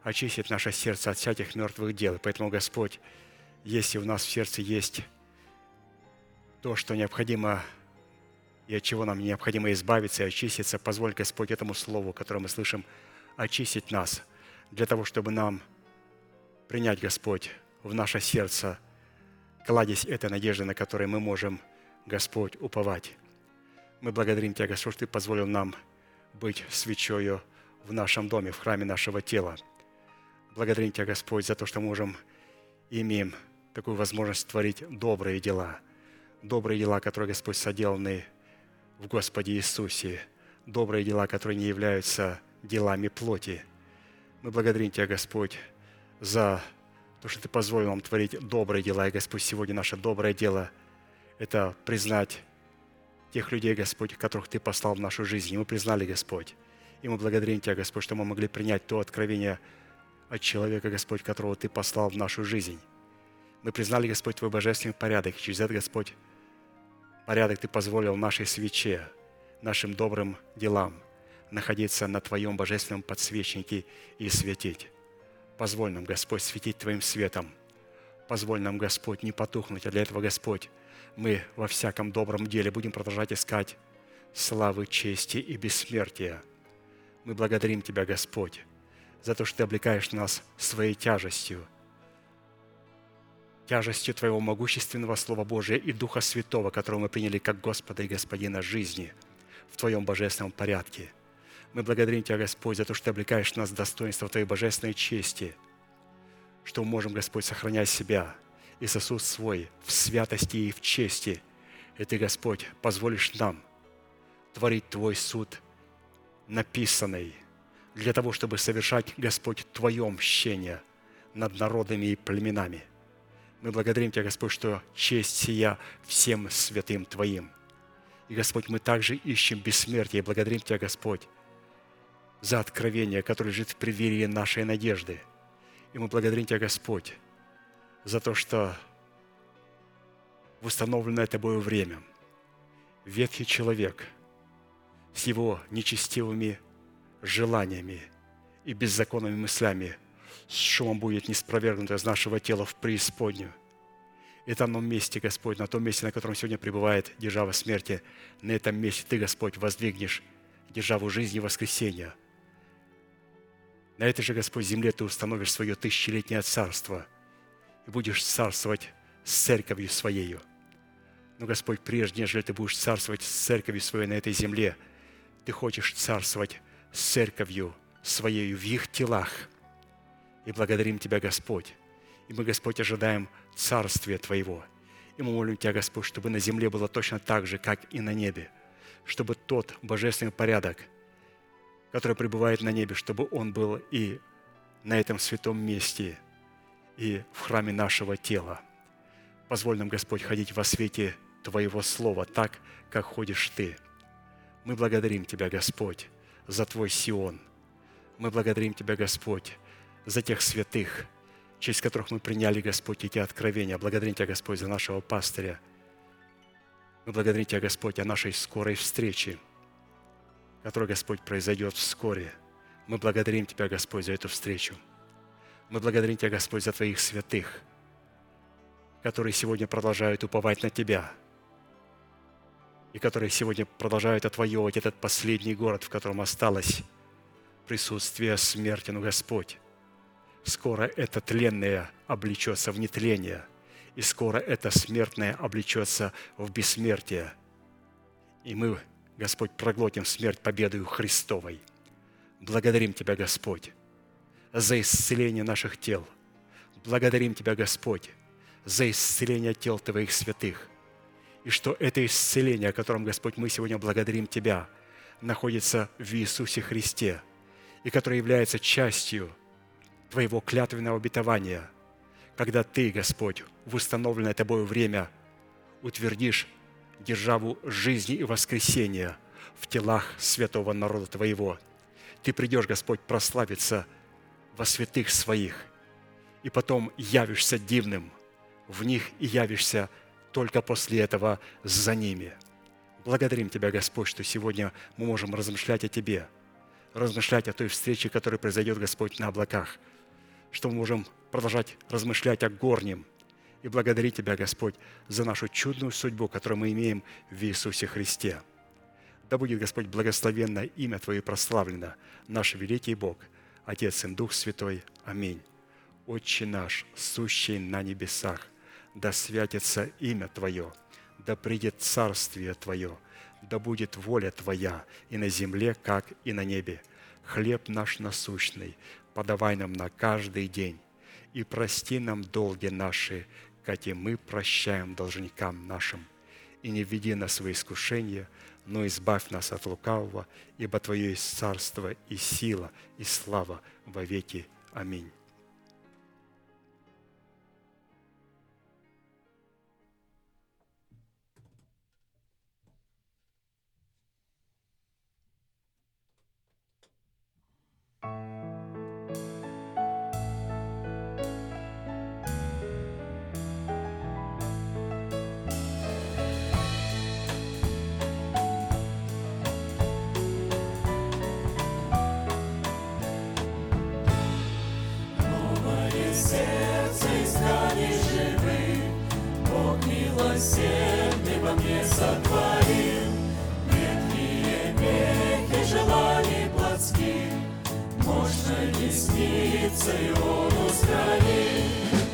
очистить наше сердце от всяких мертвых дел. Поэтому, Господь, если у нас в сердце есть то, что необходимо и от чего нам необходимо избавиться и очиститься, позволь, Господь, этому Слову, которое мы слышим, очистить нас, для того, чтобы нам принять, Господь, в наше сердце кладезь этой надежды, на которой мы можем, Господь, уповать. Мы благодарим Тебя, Господь, что Ты позволил нам быть свечою в нашем доме, в храме нашего тела. Благодарим Тебя, Господь, за то, что можем и имеем такую возможность творить добрые дела. Добрые дела, которые, Господь, соделаны в Господе Иисусе. Добрые дела, которые не являются делами плоти. Мы благодарим Тебя, Господь, за то, что Ты позволил нам творить добрые дела. И, Господь, сегодня наше доброе дело – это признать тех людей, Господь, которых Ты послал в нашу жизнь. И мы признали, Господь. И мы благодарим Тебя, Господь, что мы могли принять то откровение от человека, Господь, которого Ты послал в нашу жизнь. Мы признали, Господь, Твой божественный порядок. И через этот, Господь, порядок Ты позволил нашей свече, нашим добрым делам находиться на Твоем божественном подсвечнике и светить. Позволь нам, Господь, светить Твоим светом. Позволь нам, Господь, не потухнуть. А для этого, Господь, мы во всяком добром деле будем продолжать искать славы, чести и бессмертия. Мы благодарим Тебя, Господь, за то, что Ты облекаешь нас своей тяжестью, тяжестью Твоего могущественного Слова Божия и Духа Святого, которого мы приняли как Господа и Господина жизни в Твоем божественном порядке. Мы благодарим Тебя, Господь, за то, что Ты облекаешь нас в достоинство Твоей божественной чести, что мы можем, Господь, сохранять себя и сосуд свой в святости и в чести. И Ты, Господь, позволишь нам творить Твой суд написанный для того, чтобы совершать, Господь, Твое мщение над народами и племенами. Мы благодарим Тебя, Господь, что честь сия всем святым Твоим. И, Господь, мы также ищем бессмертие и благодарим Тебя, Господь, за откровение, которое лежит в преддверии нашей надежды. И мы благодарим Тебя, Господь, за то, что в установленное Тобою время ветхий человек с его нечестивыми желаниями и беззаконными мыслями с шумом будет ниспровергнут из нашего тела в преисподнюю. И там, на том месте, Господь, на том месте, на котором сегодня пребывает держава смерти, на этом месте Ты, Господь, воздвигнешь державу жизни и воскресения. На этой же, Господь, земле Ты установишь свое тысячелетнее царство и будешь царствовать с церковью Своею. Но, Господь, прежде, нежели Ты будешь царствовать с церковью Своей на этой земле, Ты хочешь царствовать с церковью Своею в их телах. И благодарим Тебя, Господь. И мы, Господь, ожидаем царствия Твоего. И мы молим Тебя, Господь, чтобы на земле было точно так же, как и на небе. Чтобы тот божественный порядок, который пребывает на небе, чтобы он был и на этом святом месте, и в храме нашего тела. Позволь нам, Господь, ходить во свете Твоего Слова так, как ходишь Ты. Мы благодарим Тебя, Господь, за Твой Сион. Мы благодарим Тебя, Господь, за тех святых, через которых мы приняли, Господь, эти откровения. Благодарим Тебя, Господь, за нашего пастыря. Мы благодарим Тебя, Господь, о нашей скорой встрече, которая, Господь, произойдет вскоре. Мы благодарим Тебя, Господь, за эту встречу. Мы благодарим Тебя, Господь, за Твоих святых, которые сегодня продолжают уповать на Тебя и которые сегодня продолжают отвоевывать этот последний город, в котором осталось присутствие смерти. Но, Господь, скоро это тленное облечется в нетление, и скоро это смертное облечется в бессмертие. И мы, Господь, проглотим смерть победою Христовой. Благодарим Тебя, Господь, за исцеление наших тел. Благодарим Тебя, Господь, за исцеление тел Твоих святых. И что это исцеление, о котором, Господь, мы сегодня благодарим Тебя, находится в Иисусе Христе, и которое является частью Твоего клятвенного обетования, когда Ты, Господь, в установленное Тобою время утвердишь державу жизни и воскресения в телах святого народа Твоего. Ты придешь, Господь, прославиться во святых Своих, и потом явишься дивным в них и явишься только после этого за ними. Благодарим Тебя, Господь, что сегодня мы можем размышлять о Тебе, размышлять о той встрече, которая произойдет, Господь, на облаках, что мы можем продолжать размышлять о горнем и благодарить Тебя, Господь, за нашу чудную судьбу, которую мы имеем в Иисусе Христе. Да будет, Господь, благословенно имя Твое и прославлено, наш великий Бог, Отец и Дух Святой. Аминь. Отче наш, сущий на небесах, да святится имя Твое, да придет царствие Твое, да будет воля Твоя и на земле, как и на небе. Хлеб наш насущный подавай нам на каждый день, и прости нам долги наши, как и мы прощаем должникам нашим. И не введи нас в искушение, но избавь нас от лукавого, ибо Твое есть царство и сила и слава во веки. Аминь. Сердце исканий живых, Бог милосердный во мне сотворил. Ветхие мехи желаний плотских мощно десницей Он устранил.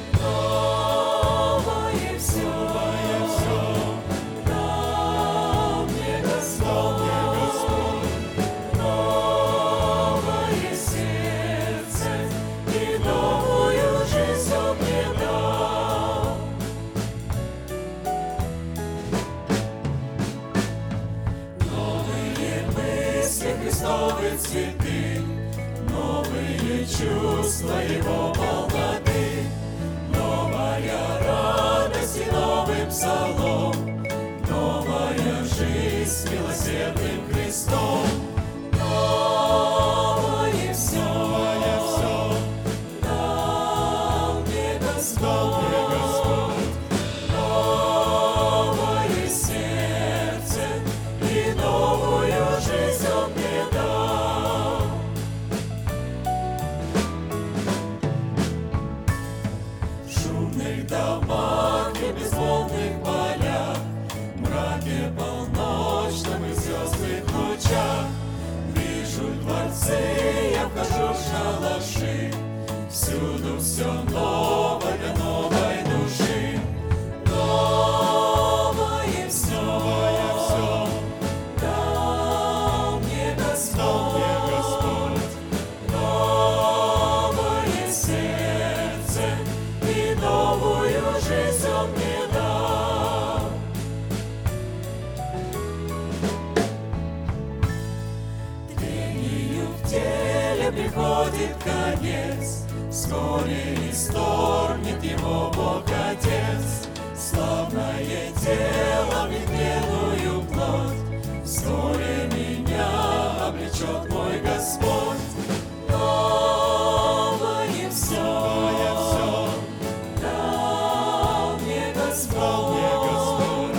Новое все, новое все дал мне Господь, новое сердце и новую жизнь Он мне дал. Новые мысли Христовы цветы, новые чувства Его полноты, новая радость и новый псалом, новая жизнь с милосердным Христом. Новое все, новое все дал мне Господь, новое сердце и новую жизнь Он мне дал. В шумных домах и безмолвных полях, мраке полночном и звездных лучах, вижу дворцы, я вхожу в шалаши, всюду все новое для новой души. Новое все, новое все дал мне Господь, новое сердце и новую жизнь Он мне дал. Трению в теле приходит конец, вскоре исторгнет его Бог Отец. Славное тело в нетленную плоть, вскоре меня облечет мой Господь. Новое все, новое все дал мне Господь,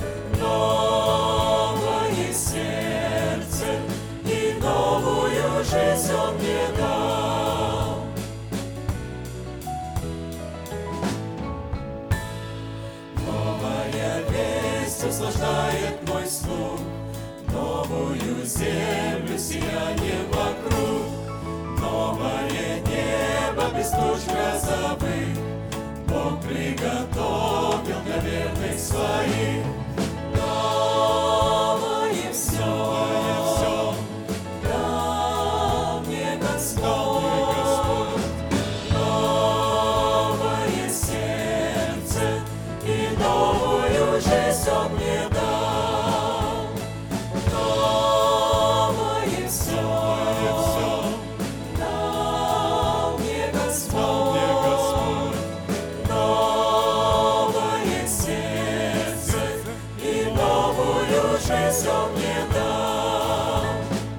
новое сердце и новую жизнь Он мне дал. Новая весть услаждает мой слух, новую землю, сияние вокруг, новое небо без туч грозовых Бог приготовил для верных своих. Новое все, новое все дал мне Господь, новое сердце и новую жизнь Он мне дал. Новое все, новое все дал мне Господь, новое сердце и новую жизнь Он мне дал.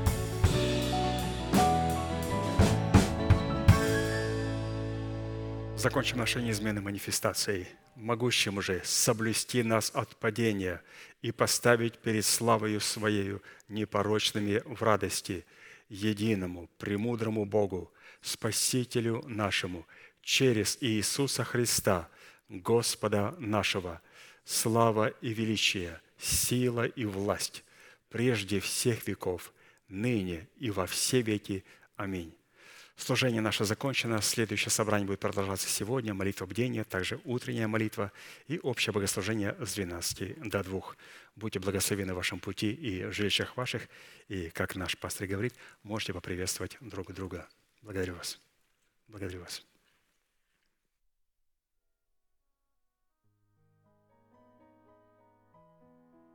Закончим наши неизменной манифестацией, могущим же соблюсти нас от падения и поставить перед славою Своею непорочными в радости, единому, премудрому Богу, Спасителю нашему, через Иисуса Христа, Господа нашего, слава и величие, сила и власть, прежде всех веков, ныне и во все веки. Аминь. Служение наше закончено. Следующее собрание будет продолжаться сегодня. Молитва бдения, также утренняя молитва и общее богослужение с двенадцати до двух. Будьте благословены в вашем пути и в жилищах ваших. И, как наш пастор говорит, можете поприветствовать друг друга. Благодарю вас. Благодарю вас.